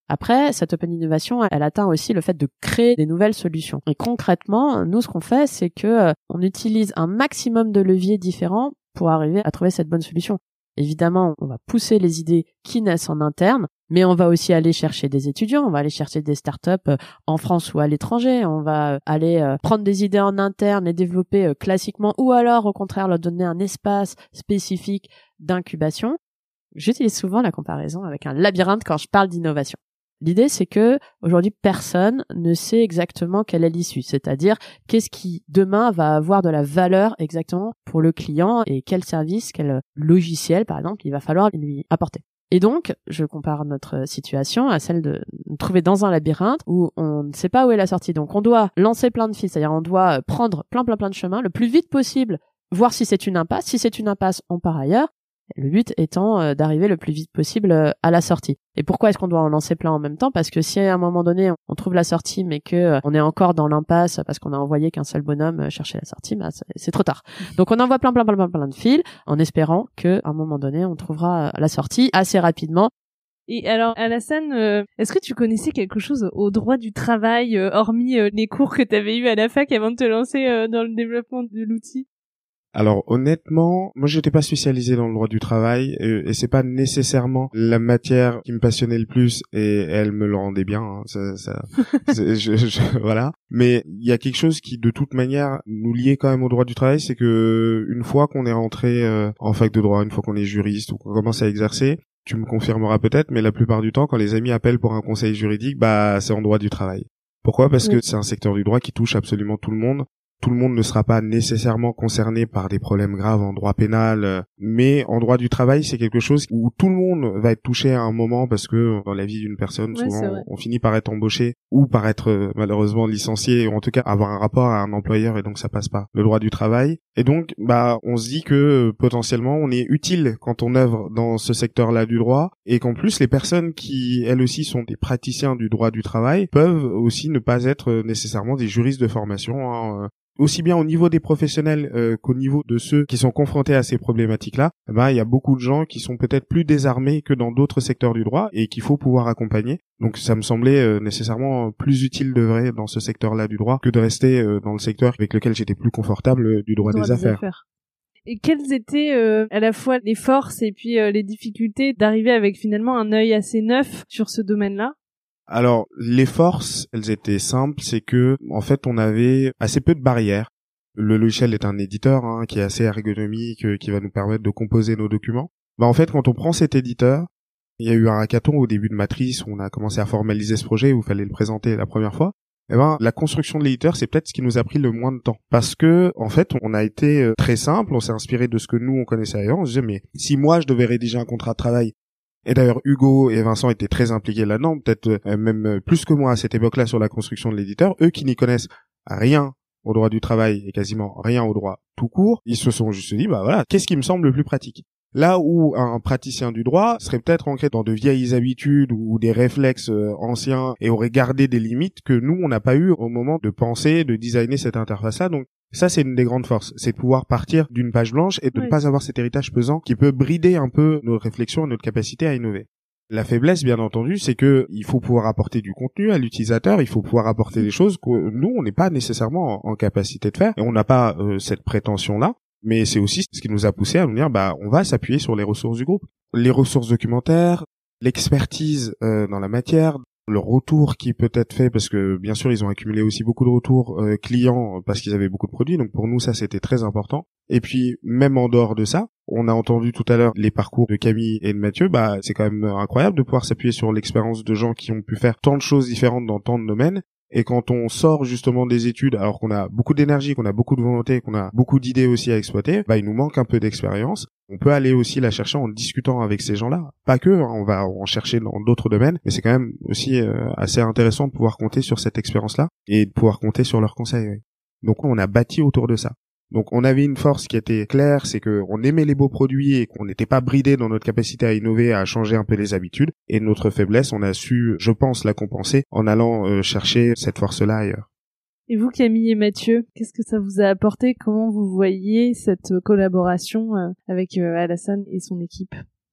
Après, cette open innovation, elle atteint aussi le fait de créer des nouvelles solutions. Et concrètement, nous, ce qu'on fait, c'est que euh, on utilise un maximum de leviers différents pour arriver à trouver cette bonne solution. Évidemment, on va pousser les idées qui naissent en interne, mais on va aussi aller chercher des étudiants, on va aller chercher des startups euh, en France ou à l'étranger, on va euh, aller euh, prendre des idées en interne et développer euh, classiquement, ou alors au contraire leur donner un espace spécifique d'incubation. J'utilise souvent la comparaison avec un labyrinthe quand je parle d'innovation. L'idée, c'est que aujourd'hui, personne ne sait exactement quelle est l'issue, c'est-à-dire qu'est-ce qui demain va avoir de la valeur exactement pour le client et quel service, quel logiciel, par exemple, il va falloir lui apporter. Et donc, je compare notre situation à celle de nous trouver dans un labyrinthe où on ne sait pas où est la sortie. Donc, on doit lancer plein de fils, c'est-à-dire on doit prendre plein, plein, plein de chemins le plus vite possible, voir si c'est une impasse. Si c'est une impasse, on part ailleurs. Le but étant euh, d'arriver le plus vite possible euh, à la sortie. Et pourquoi est-ce qu'on doit en lancer plein en même temps? Parce que si à un moment donné on trouve la sortie mais que euh, on est encore dans l'impasse parce qu'on a envoyé qu'un seul bonhomme euh, chercher la sortie, bah c'est, c'est trop tard. Donc on envoie plein plein plein plein plein de fils en espérant que à un moment donné on trouvera euh, la sortie assez rapidement. Et alors, Alassane, euh, est-ce que tu connaissais quelque chose au droit du travail, euh, hormis euh, les cours que tu avais eus à la fac avant de te lancer euh, dans le développement de l'outil? Alors honnêtement, moi j'étais pas spécialisé dans le droit du travail et, et c'est pas nécessairement la matière qui me passionnait le plus et elle me le rendait bien. Hein, ça, ça, je, je, voilà. Mais il y a quelque chose qui de toute manière nous liait quand même au droit du travail, c'est que une fois qu'on est rentré euh, en fac de droit, une fois qu'on est juriste ou qu'on commence à exercer, tu me confirmeras peut-être, mais la plupart du temps quand les amis appellent pour un conseil juridique, bah c'est en droit du travail. Pourquoi? Parce oui. que c'est un secteur du droit qui touche absolument tout le monde. Tout le monde ne sera pas nécessairement concerné par des problèmes graves en droit pénal, mais en droit du travail, c'est quelque chose où tout le monde va être touché à un moment parce que dans la vie d'une personne, ouais, souvent, on finit par être embauché ou par être malheureusement licencié, ou en tout cas avoir un rapport à un employeur et donc ça passe pas. Le droit du travail. Et donc, bah, on se dit que potentiellement, on est utile quand on œuvre dans ce secteur-là du droit et qu'en plus, les personnes qui, elles aussi, sont des praticiens du droit du travail peuvent aussi ne pas être nécessairement des juristes de formation, hein, aussi bien au niveau des professionnels euh, qu'au niveau de ceux qui sont confrontés à ces problématiques-là. Eh ben, il y a beaucoup de gens qui sont peut-être plus désarmés que dans d'autres secteurs du droit et qu'il faut pouvoir accompagner. Donc ça me semblait euh, nécessairement plus utile d'œuvrer dans ce secteur-là du droit que de rester euh, dans le secteur avec lequel j'étais plus confortable euh, du droit, droit des, des affaires. affaires. Et quelles étaient euh, à la fois les forces et puis euh, les difficultés d'arriver avec finalement un œil assez neuf sur ce domaine-là? Alors, les forces, elles étaient simples, c'est que, en fait, on avait assez peu de barrières. Le logiciel est un éditeur, hein, qui est assez ergonomique, euh, qui va nous permettre de composer nos documents. Bah, en fait, quand on prend cet éditeur, il y a eu un hackathon au début de Matrice où on a commencé à formaliser ce projet, où il fallait le présenter la première fois. Eh ben, la construction de l'éditeur, c'est peut-être ce qui nous a pris le moins de temps. Parce que, en fait, on a été très simple, on s'est inspiré de ce que nous, on connaissait ailleurs. On se disait, mais si moi, je devais rédiger un contrat de travail, et d'ailleurs, Hugo et Vincent étaient très impliqués là-dedans, peut-être euh, même plus que moi à cette époque-là sur la construction de l'éditeur. Eux qui n'y connaissent rien au droit du travail et quasiment rien au droit tout court, ils se sont juste dit, bah voilà, qu'est-ce qui me semble le plus pratique? Là où un praticien du droit serait peut-être ancré dans de vieilles habitudes ou des réflexes euh, anciens et aurait gardé des limites que nous, on n'a pas eu au moment de penser, de designer cette interface-là. Donc, ça, c'est une des grandes forces, c'est de pouvoir partir d'une page blanche et de oui. ne pas avoir cet héritage pesant qui peut brider un peu nos réflexions et notre capacité à innover. La faiblesse, bien entendu, c'est que il faut pouvoir apporter du contenu à l'utilisateur, il faut pouvoir apporter des choses que nous, on n'est pas nécessairement en, en capacité de faire et on n'a pas euh, cette prétention-là. Mais c'est aussi ce qui nous a poussé à nous dire, bah, on va s'appuyer sur les ressources du groupe, les ressources documentaires, l'expertise euh, dans la matière, le retour qui peut être fait, parce que bien sûr ils ont accumulé aussi beaucoup de retours euh, clients parce qu'ils avaient beaucoup de produits, donc pour nous ça c'était très important. Et puis même en dehors de ça, on a entendu tout à l'heure les parcours de Camille et de Mathieu, bah c'est quand même incroyable de pouvoir s'appuyer sur l'expérience de gens qui ont pu faire tant de choses différentes dans tant de domaines. Et quand on sort justement des études, alors qu'on a beaucoup d'énergie, qu'on a beaucoup de volonté, qu'on a beaucoup d'idées aussi à exploiter, bah il nous manque un peu d'expérience. On peut aller aussi la chercher en discutant avec ces gens-là. Pas que, hein, on va en chercher dans d'autres domaines, mais c'est quand même aussi euh, assez intéressant de pouvoir compter sur cette expérience-là et de pouvoir compter sur leurs conseils. Oui. Donc on a bâti autour de ça. Donc on avait une force qui était claire, c'est que on aimait les beaux produits et qu'on n'était pas bridé dans notre capacité à innover, à changer un peu les habitudes. Et notre faiblesse, on a su, je pense, la compenser en allant euh, chercher cette force-là ailleurs. Et vous, Camille et Mathieu, qu'est-ce que ça vous a apporté? Comment vous voyez cette collaboration euh, avec euh, Alassane et son équipe?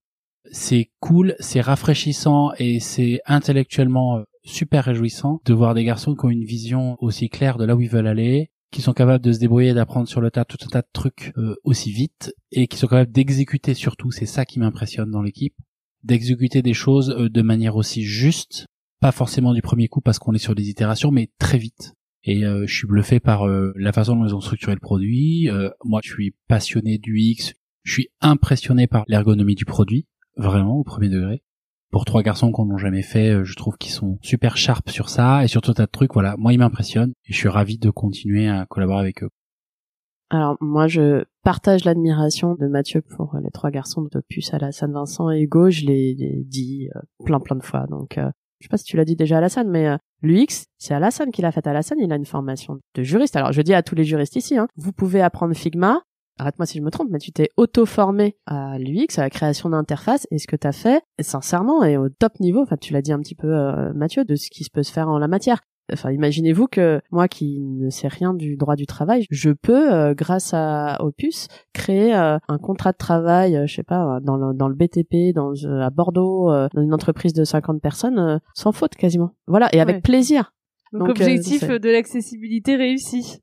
c'est cool, c'est rafraîchissant et c'est intellectuellement super réjouissant de voir des garçons qui ont une vision aussi claire de là où ils veulent aller, qui sont capables de se débrouiller, d'apprendre sur le tas tout un tas de trucs euh, aussi vite et qui sont capables d'exécuter surtout, c'est ça qui m'impressionne dans l'équipe, d'exécuter des choses euh, de manière aussi juste, pas forcément du premier coup parce qu'on est sur des itérations, mais très vite. Et euh, je suis bluffé par euh, la façon dont ils ont structuré le produit. Euh, moi, je suis passionné du U X, je suis impressionné par l'ergonomie du produit, vraiment au premier degré. Pour trois garçons qu'on n'a jamais fait, je trouve qu'ils sont super sharp sur ça et sur tout un tas de trucs. Voilà, moi ils m'impressionnent et je suis ravi de continuer à collaborer avec eux. Alors moi je partage l'admiration de Mathieu pour les trois garçons d'Opus, Alassane, Vincent et Hugo. Je l'ai dit plein plein de fois. Donc euh, je sais pas si tu l'as dit déjà Alassane, mais euh, l'U X c'est Alassane qui l'a fait. Alassane il a une formation de juriste. Alors je dis à tous les juristes ici, hein, vous pouvez apprendre Figma. Arrête-moi si je me trompe, mais tu t'es auto-formé à l'U X, à la création d'interfaces, et ce que t'as fait, sincèrement, est au top niveau, enfin, tu l'as dit un petit peu, euh, Mathieu, de ce qui se peut se faire en la matière. Enfin, imaginez-vous que moi qui ne sais rien du droit du travail, je peux, euh, grâce à Opus, créer euh, un contrat de travail, euh, je sais pas, dans le, dans le B T P, dans, euh, à Bordeaux, euh, dans une entreprise de cinquante personnes, euh, sans faute quasiment. Voilà, et avec ouais. plaisir. Donc, Donc objectif euh, de l'accessibilité réussi.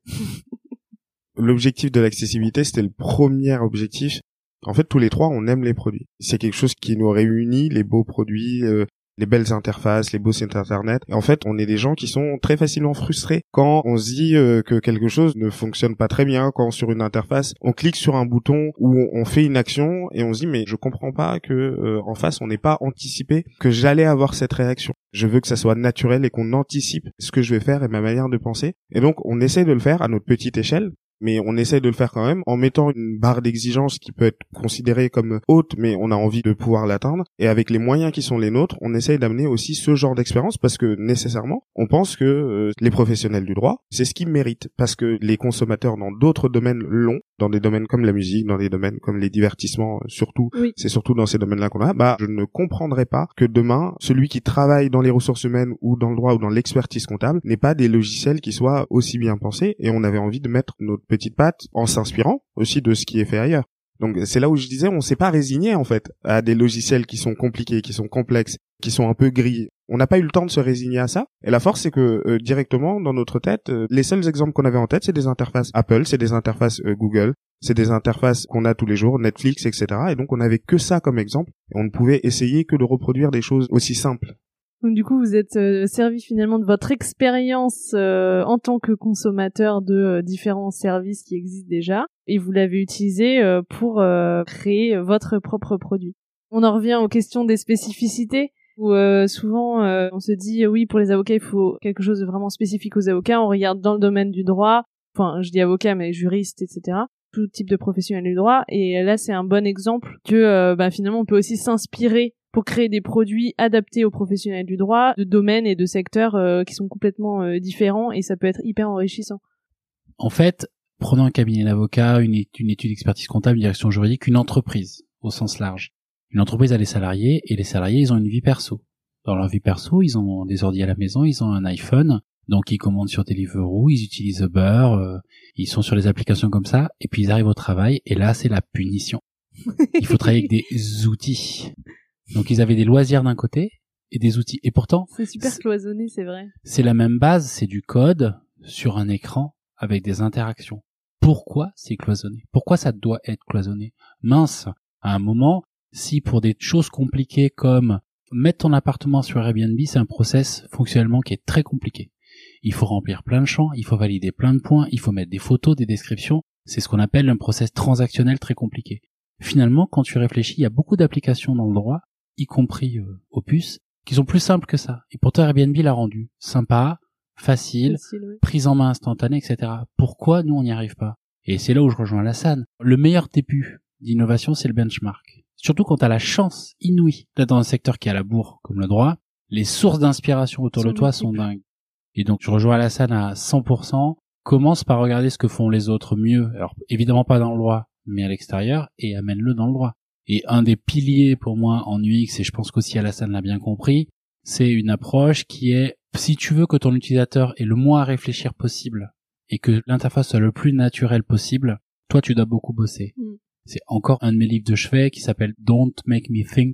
L'objectif de l'accessibilité, c'était le premier objectif. En fait, tous les trois, on aime les produits. C'est quelque chose qui nous réunit, les beaux produits, euh, les belles interfaces, les beaux sites internet. Et en fait, on est des gens qui sont très facilement frustrés quand on se dit euh, que quelque chose ne fonctionne pas très bien, quand sur une interface, on clique sur un bouton ou on fait une action et on se dit mais je comprends pas que euh, en face, on n'ait pas anticipé que j'allais avoir cette réaction. Je veux que ça soit naturel et qu'on anticipe ce que je vais faire et ma manière de penser. Et donc, on essaie de le faire à notre petite échelle. Mais on essaie de le faire quand même en mettant une barre d'exigence qui peut être considérée comme haute, mais on a envie de pouvoir l'atteindre. Et avec les moyens qui sont les nôtres, on essaye d'amener aussi ce genre d'expérience parce que nécessairement, on pense que euh, les professionnels du droit, c'est ce qu'ils méritent. Parce que les consommateurs dans d'autres domaines l'ont, dans des domaines comme la musique, dans des domaines comme les divertissements, surtout, oui. C'est surtout dans ces domaines-là qu'on a, bah, je ne comprendrais pas que demain, celui qui travaille dans les ressources humaines ou dans le droit ou dans l'expertise comptable n'ait pas des logiciels qui soient aussi bien pensés. Et on avait envie de mettre notre petite patte en s'inspirant aussi de ce qui est fait ailleurs. Donc c'est là où je disais on s'est pas résigné en fait à des logiciels qui sont compliqués, qui sont complexes, qui sont un peu gris. On n'a pas eu le temps de se résigner à ça. Et la force c'est que euh, directement dans notre tête, euh, les seuls exemples qu'on avait en tête c'est des interfaces Apple, c'est des interfaces euh, Google, c'est des interfaces qu'on a tous les jours, Netflix, et cetera. Et donc on avait que ça comme exemple et on ne pouvait essayer que de reproduire des choses aussi simples. Donc du coup, vous êtes euh, servi finalement de votre expérience euh, en tant que consommateur de euh, différents services qui existent déjà, et vous l'avez utilisé euh, pour euh, créer votre propre produit. On en revient aux questions des spécificités, où euh, souvent euh, on se dit oui, pour les avocats, il faut quelque chose de vraiment spécifique aux avocats. On regarde dans le domaine du droit, enfin je dis avocat, mais juriste, et cetera. Tout type de professionnel du droit. Et là, c'est un bon exemple que euh, bah, finalement, on peut aussi s'inspirer pour créer des produits adaptés aux professionnels du droit, de domaines et de secteurs euh, qui sont complètement euh, différents, et ça peut être hyper enrichissant. En fait, prenons un cabinet d'avocat, une, une étude d'expertise comptable, une direction juridique, une entreprise au sens large. Une entreprise a les salariés, et les salariés, ils ont une vie perso. Dans leur vie perso, ils ont des ordi à la maison, ils ont un iPhone, donc ils commandent sur Deliveroo, ils utilisent Uber, euh, ils sont sur les applications comme ça, et puis ils arrivent au travail, et là, c'est la punition. Il faut travailler avec des outils. Donc ils avaient des loisirs d'un côté et des outils. Et pourtant, c'est super c'est, cloisonné, c'est vrai. C'est la même base, c'est du code sur un écran avec des interactions. Pourquoi c'est cloisonné ? Pourquoi ça doit être cloisonné ? Mince, à un moment, si pour des choses compliquées comme mettre ton appartement sur Airbnb, c'est un process fonctionnellement qui est très compliqué. Il faut remplir plein de champs, il faut valider plein de points, il faut mettre des photos, des descriptions. C'est ce qu'on appelle un process transactionnel très compliqué. Finalement, quand tu réfléchis, il y a beaucoup d'applications dans le droit, y compris euh, Opus, qui sont plus simples que ça. Et pourtant, Airbnb l'a rendu sympa, facile, facile oui. Prise en main instantanée, et cetera. Pourquoi nous, on n'y arrive pas ? Et c'est là où je rejoins Alassane. Le meilleur début d'innovation, c'est le benchmark. Surtout quand tu as la chance inouïe d'être dans un secteur qui est à la bourre, comme le droit, les sources d'inspiration autour de toi sont dingues. Et donc, je rejoins Alassane à cent pour cent. Commence par regarder ce que font les autres mieux. Alors, évidemment pas dans le droit, mais à l'extérieur, et amène-le dans le droit. Et un des piliers pour moi en U X, et je pense qu'aussi Alassane l'a bien compris, c'est une approche qui est, si tu veux que ton utilisateur ait le moins à réfléchir possible et que l'interface soit le plus naturelle possible, toi tu dois beaucoup bosser. Mm. C'est encore un de mes livres de chevet qui s'appelle Don't Make Me Think,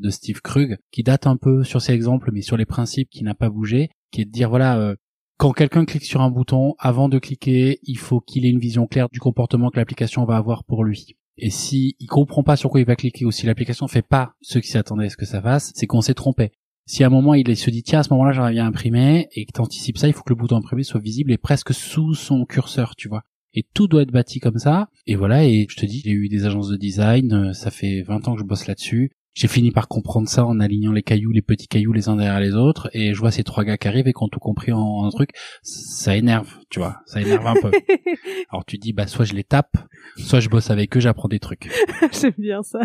de Steve Krug, qui date un peu sur ces exemples, mais sur les principes, qui n'a pas bougé, qui est de dire, voilà, euh, quand quelqu'un clique sur un bouton, avant de cliquer, il faut qu'il ait une vision claire du comportement que l'application va avoir pour lui. Et si il comprend pas sur quoi il va cliquer, ou si l'application fait pas ce qu'il s'attendait à ce que ça fasse, c'est qu'on s'est trompé. Si à un moment il se dit tiens à ce moment-là j'aimerais bien imprimer et que t'anticipes ça, il faut que le bouton imprimer soit visible et presque sous son curseur, tu vois. Et tout doit être bâti comme ça. Et voilà, et je te dis, j'ai eu des agences de design, ça fait vingt ans que je bosse là-dessus. J'ai fini par comprendre ça en alignant les cailloux, les petits cailloux les uns derrière les autres, et je vois ces trois gars qui arrivent et qui ont tout compris en un truc, ça énerve, tu vois, ça énerve un peu. Alors tu dis bah soit je les tape, soit je bosse avec eux, j'apprends des trucs. J'aime bien ça.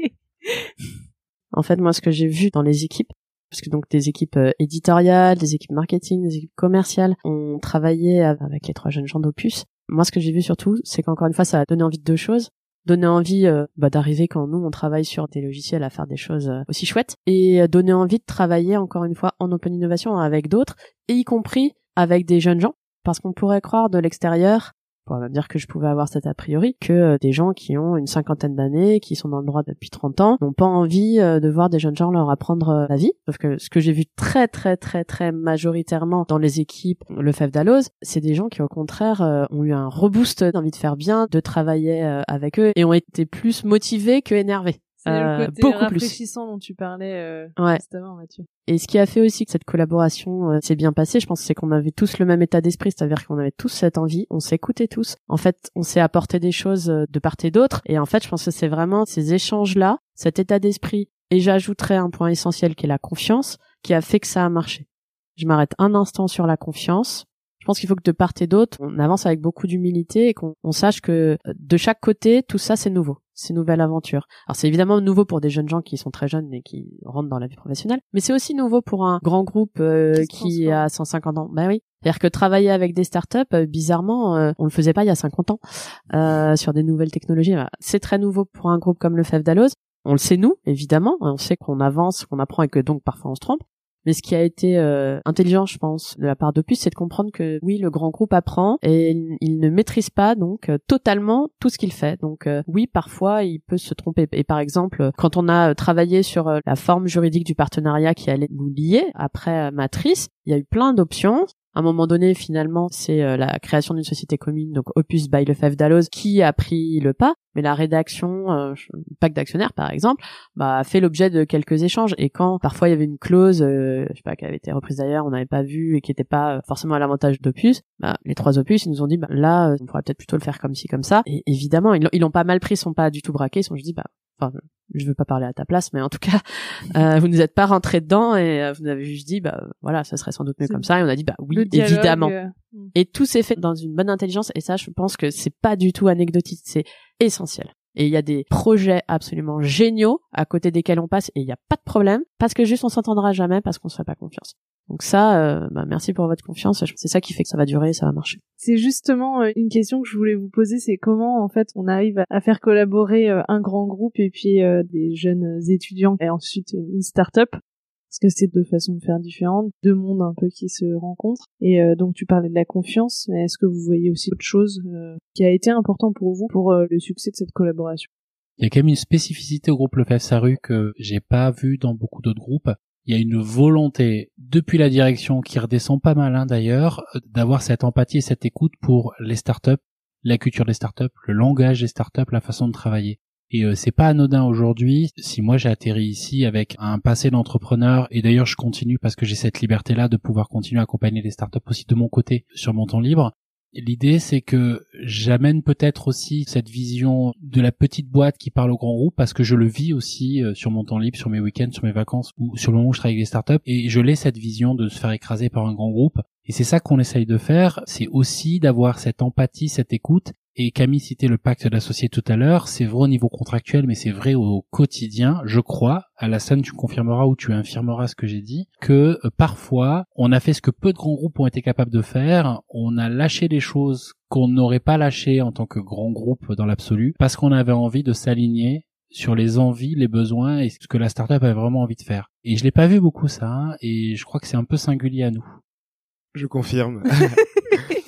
En fait, moi ce que j'ai vu dans les équipes, parce que donc des équipes euh, éditoriales, des équipes marketing, des équipes commerciales, on travaillait avec les trois jeunes gens d'Opus. Moi, ce que j'ai vu surtout, c'est qu'encore une fois, ça a donné envie de deux choses. Donner envie euh, bah, d'arriver quand nous, on travaille sur des logiciels à faire des choses euh, aussi chouettes. Et euh, donner envie de travailler, encore une fois, en open innovation avec d'autres, et y compris avec des jeunes gens. Parce qu'on pourrait croire de l'extérieur, on pourrait même dire que je pouvais avoir cet a priori, que euh, des gens qui ont une cinquantaine d'années, qui sont dans le droit depuis trente ans, n'ont pas envie euh, de voir des jeunes gens leur apprendre euh, la vie. Sauf que ce que j'ai vu très très très très majoritairement dans les équipes Lefebvre Dalloz, c'est des gens qui au contraire euh, ont eu un reboost d'envie de faire bien, de travailler euh, avec eux, et ont été plus motivés que énervés. C'est Euh, le côté beaucoup rafraîchissant plus. Dont tu parlais euh, ouais. juste avant, Mathieu. Et ce qui a fait aussi que cette collaboration euh, s'est bien passée, je pense, c'est qu'on avait tous le même état d'esprit, c'est-à-dire qu'on avait tous cette envie, on s'écoutait tous. En fait, on s'est apporté des choses euh, de part et d'autre, et en fait, je pense que c'est vraiment ces échanges-là, cet état d'esprit, et j'ajouterais un point essentiel qui est la confiance, qui a fait que ça a marché. Je m'arrête un instant sur la confiance. Je pense qu'il faut que de part et d'autre, on avance avec beaucoup d'humilité et qu'on on sache que de chaque côté, tout ça, c'est nouveau. C'est une nouvelle aventure. Alors c'est évidemment nouveau pour des jeunes gens qui sont très jeunes et qui rentrent dans la vie professionnelle, mais c'est aussi nouveau pour un grand groupe euh, qui, qui a cent cinquante ans. Bah oui. C'est-à-dire que travailler avec des startups, euh, bizarrement, euh, on le faisait pas il y a cinquante ans euh, sur des nouvelles technologies. Bah, c'est très nouveau pour un groupe comme Lefebvre Dalloz. On le sait nous, évidemment. On sait qu'on avance, qu'on apprend et que donc parfois on se trompe. Mais ce qui a été euh, intelligent, je pense, de la part d'Opus, c'est de comprendre que oui, le grand groupe apprend et il ne maîtrise pas donc euh, totalement tout ce qu'il fait. Donc euh, oui, parfois, il peut se tromper. Et par exemple, quand on a travaillé sur euh, la forme juridique du partenariat qui allait nous lier après euh, Matrice, il y a eu plein d'options. À un moment donné, finalement, c'est euh, la création d'une société commune, donc Opus by Lefebvre Dalloz, qui a pris le pas. Mais la rédaction, euh, pacte d'actionnaires par exemple, bah, a fait l'objet de quelques échanges. Et quand parfois il y avait une clause, euh, je sais pas, qui avait été reprise d'ailleurs, on n'avait pas vu et qui n'était pas forcément à l'avantage d'Opus, bah, les trois Opus, ils nous ont dit, bah, là, on pourrait peut-être plutôt le faire comme ci, comme ça. Et évidemment, ils l'ont, ils l'ont pas mal pris, ils sont pas du tout braqués, ils sont juste dit, bah, enfin, je veux pas parler à ta place, mais en tout cas, euh, vous nous êtes pas rentrés dedans et euh, vous nous avez juste dit, bah, voilà, ça serait sans doute mieux c'est comme ça. Et on a dit, bah oui, dialogue, évidemment. Euh... Et tout s'est fait dans une bonne intelligence. Et ça, je pense que c'est pas du tout anecdotique, c'est essentiel. Et il y a des projets absolument géniaux à côté desquels on passe et il n'y a pas de problème parce que juste on s'entendra jamais parce qu'on se fait pas confiance. Donc ça, euh, bah merci pour votre confiance. C'est ça qui fait que ça va durer et ça va marcher. C'est justement euh, une question que je voulais vous poser, c'est comment en fait on arrive à faire collaborer euh, un grand groupe et puis euh, des jeunes étudiants et ensuite une start-up. Parce que c'est deux façons de faire différentes, deux mondes un peu qui se rencontrent. Et euh, donc tu parlais de la confiance, mais est-ce que vous voyez aussi autre chose euh, qui a été important pour vous pour euh, le succès de cette collaboration? Il y a quand même une spécificité au groupe Lefebvre Sarru que j'ai pas vu dans beaucoup d'autres groupes. Il y a une volonté, depuis la direction, qui redescend pas mal hein, d'ailleurs, d'avoir cette empathie et cette écoute pour les startups, la culture des startups, le langage des startups, la façon de travailler. Et euh, c'est pas anodin aujourd'hui. Si moi j'ai atterri ici avec un passé d'entrepreneur, et d'ailleurs je continue parce que j'ai cette liberté-là de pouvoir continuer à accompagner les startups aussi de mon côté sur mon temps libre. L'idée c'est que j'amène peut-être aussi cette vision de la petite boîte qui parle au grand groupe parce que je le vis aussi euh, sur mon temps libre, sur mes week-ends, sur mes vacances ou sur le moment où je travaille avec des startups et je l'ai cette vision de se faire écraser par un grand groupe. Et c'est ça qu'on essaye de faire, c'est aussi d'avoir cette empathie, cette écoute. Et Camille citait le pacte d'associés tout à l'heure, c'est vrai au niveau contractuel, mais c'est vrai au quotidien, je crois, Alassane, tu confirmeras ou tu infirmeras ce que j'ai dit, que euh, parfois, on a fait ce que peu de grands groupes ont été capables de faire, on a lâché des choses qu'on n'aurait pas lâchées en tant que grand groupe dans l'absolu, parce qu'on avait envie de s'aligner sur les envies, les besoins et ce que la startup avait vraiment envie de faire. Et je l'ai pas vu beaucoup ça, hein, et je crois que c'est un peu singulier à nous. Je confirme.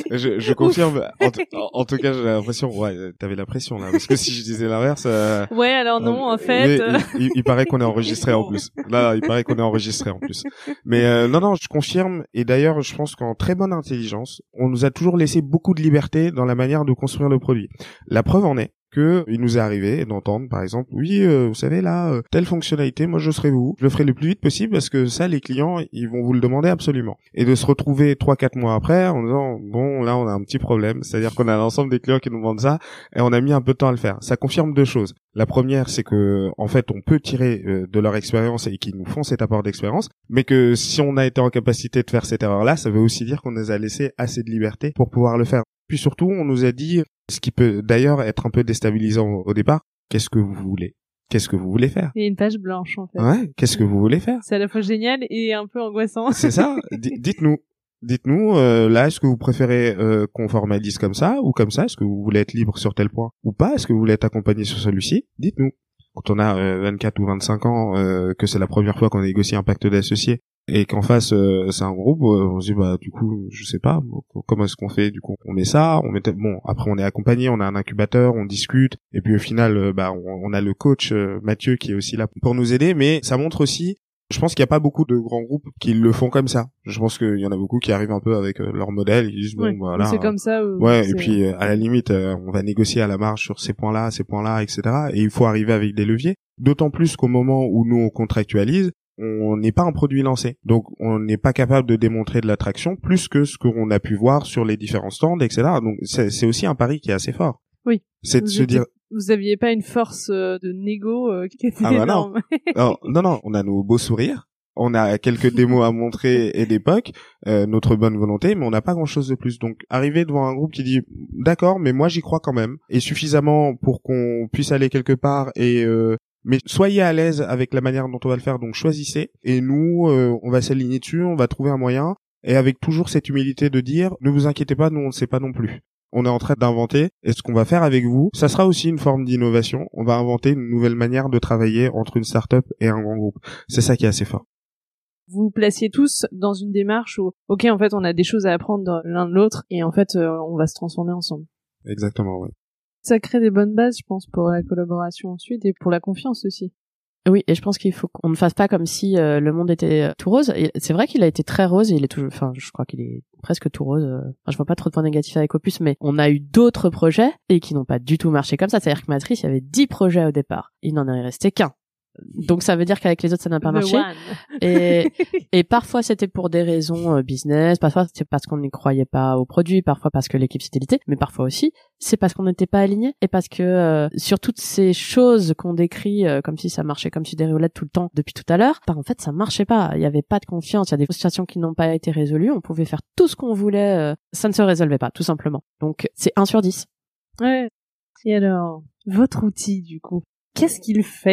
je, je confirme. En, t- en tout cas, j'ai l'impression, ouais, t'avais la pression là, parce que si je disais l'inverse. Euh, ouais, alors non, en fait. Mais, il, il, il paraît qu'on est enregistré en plus. Là, il paraît qu'on est enregistré en plus. Mais euh, non, non, je confirme. Et d'ailleurs, je pense qu'en très bonne intelligence, on nous a toujours laissé beaucoup de liberté dans la manière de construire le produit. La preuve en est que il nous est arrivé d'entendre, par exemple, oui, euh, vous savez là, euh, telle fonctionnalité, moi je serai vous, je le ferai le plus vite possible parce que ça, les clients, ils vont vous le demander absolument. Et de se retrouver trois, quatre mois après en disant, bon, là, on a un petit problème, c'est-à-dire qu'on a l'ensemble des clients qui nous demandent ça et on a mis un peu de temps à le faire. Ça confirme deux choses. La première, c'est que en fait, on peut tirer euh, de leur expérience et qu'ils nous font cet apport d'expérience, mais que si on a été en capacité de faire cette erreur-là, ça veut aussi dire qu'on nous a laissé assez de liberté pour pouvoir le faire. Puis surtout, on nous a dit, ce qui peut d'ailleurs être un peu déstabilisant au, au départ, qu'est-ce que vous voulez ? Qu'est-ce que vous voulez faire ? Il y a une page blanche, en fait. Ouais, qu'est-ce que vous voulez faire ? C'est à la fois génial et un peu angoissant. C'est ça. D- dites-nous. Dites-nous, euh, là, est-ce que vous préférez euh, qu'on formalise comme ça ou comme ça ? Est-ce que vous voulez être libre sur tel point ou pas ? Est-ce que vous voulez être accompagné sur celui-ci ? Dites-nous. Quand on a euh, vingt-quatre ou vingt-cinq ans, euh, que c'est la première fois qu'on négocie un pacte d'associés, et qu'en face euh, c'est un groupe, euh, on se dit bah du coup je sais pas comment est-ce qu'on fait, du coup on met ça, on met bon après on est accompagné, on a un incubateur, on discute et puis au final euh, bah on, on a le coach euh, Mathieu qui est aussi là pour nous aider, mais ça montre aussi, je pense qu'il y a pas beaucoup de grands groupes qui le font comme ça. Je pense qu'il y en a beaucoup qui arrivent un peu avec euh, leur modèle, ils disent bon ouais, voilà c'est comme ça ou ouais c'est... et puis euh, à la limite euh, on va négocier à la marge sur ces points-là, ces points-là, et cetera. Et il faut arriver avec des leviers. D'autant plus qu'au moment où nous on contractualise, on n'est pas un produit lancé. Donc, on n'est pas capable de démontrer de l'attraction plus que ce qu'on a pu voir sur les différents stands, et cetera. Donc, c'est, c'est aussi un pari qui est assez fort. Oui. C'est de vous se étiez... dire... Vous aviez pas une force euh, de négo euh, qui était ah bah énorme. Non. non, non, non, on a nos beaux sourires. On a quelques démos à montrer et d'époque, euh, notre bonne volonté, mais on n'a pas grand-chose de plus. Donc, arriver devant un groupe qui dit « D'accord, mais moi j'y crois quand même », et suffisamment pour qu'on puisse aller quelque part et... Euh, mais soyez à l'aise avec la manière dont on va le faire, donc choisissez. Et nous, euh, on va s'aligner dessus, on va trouver un moyen, et avec toujours cette humilité de dire « Ne vous inquiétez pas, nous on ne sait pas non plus. On est en train d'inventer, et ce qu'on va faire avec vous, ça sera aussi une forme d'innovation. On va inventer une nouvelle manière de travailler entre une start-up et un grand groupe. » C'est ça qui est assez fort. Vous vous placiez tous dans une démarche où, ok, en fait, on a des choses à apprendre l'un de l'autre, et en fait, euh, on va se transformer ensemble. Exactement, oui. Ça crée des bonnes bases, je pense, pour la collaboration ensuite et pour la confiance aussi. Oui, et je pense qu'il faut qu'on ne fasse pas comme si euh, le monde était tout rose. Et c'est vrai qu'il a été très rose et il est toujours, enfin, je crois qu'il est presque tout rose. Enfin, je vois pas trop de points négatifs avec Opus, mais on a eu d'autres projets et qui n'ont pas du tout marché comme ça. C'est-à-dire que Matrice, il y avait dix projets au départ. Il n'en est resté qu'un. Donc ça veut dire qu'avec les autres ça n'a pas The marché. one. Et, et parfois c'était pour des raisons euh, business, parfois c'est parce qu'on n'y croyait pas au produit, parfois parce que l'équipe s'était litée, mais parfois aussi c'est parce qu'on n'était pas aligné et parce que euh, sur toutes ces choses qu'on décrit euh, comme si ça marchait comme si des roulettes tout le temps depuis tout à l'heure, bah en fait ça marchait pas. Il y avait pas de confiance, il y a des situations qui n'ont pas été résolues, on pouvait faire tout ce qu'on voulait, euh, ça ne se résolvait pas tout simplement. Donc c'est un sur dix. Ouais. Et alors, votre outil du coup, qu'est-ce qu'il fait?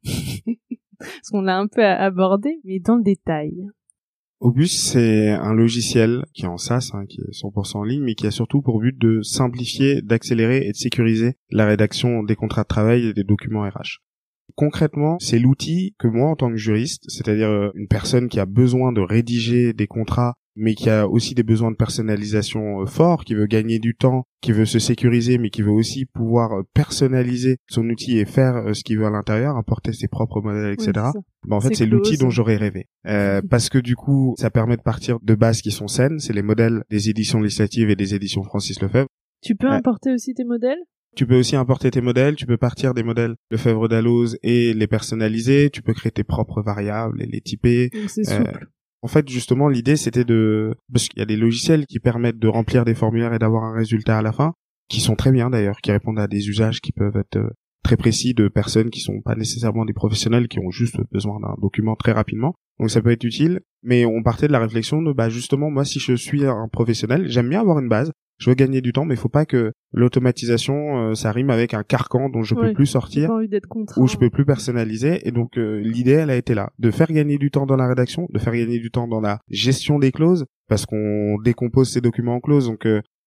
Parce qu'on l'a un peu abordé, mais dans le détail. Opus, c'est un logiciel qui est en SaaS, hein, qui est cent pour cent en ligne, mais qui a surtout pour but de simplifier, d'accélérer et de sécuriser la rédaction des contrats de travail et des documents R H. Concrètement, c'est l'outil que moi, en tant que juriste, c'est-à-dire une personne qui a besoin de rédiger des contrats, mais qui a aussi des besoins de personnalisation forts, qui veut gagner du temps, qui veut se sécuriser, mais qui veut aussi pouvoir personnaliser son outil et faire ce qu'il veut à l'intérieur, importer ses propres modèles, et cetera. Oui, bah, en fait, c'est, c'est l'outil dont j'aurais rêvé. Euh, parce que du coup, ça permet de partir de bases qui sont saines. C'est les modèles des éditions législatives et des éditions Francis Lefebvre. Tu peux euh, importer aussi tes modèles ? Tu peux aussi importer tes modèles, tu peux partir des modèles Lefebvre Dalloz et les personnaliser, tu peux créer tes propres variables et les typer. Donc c'est souple. Euh, En fait, justement, l'idée, c'était de... Parce qu'il y a des logiciels qui permettent de remplir des formulaires et d'avoir un résultat à la fin, qui sont très bien d'ailleurs, qui répondent à des usages qui peuvent être très précis de personnes qui sont pas nécessairement des professionnels, qui ont juste besoin d'un document très rapidement. Donc ça peut être utile, mais on partait de la réflexion de, bah justement, moi, si je suis un professionnel, j'aime bien avoir une base, je veux gagner du temps, mais il faut pas que l'automatisation, euh, ça rime avec un carcan dont je ouais, peux plus sortir, ou je peux plus personnaliser. Et donc euh, l'idée, elle a été là, de faire gagner du temps dans la rédaction, de faire gagner du temps dans la gestion des clauses, parce qu'on décompose ces documents en clauses. Donc euh,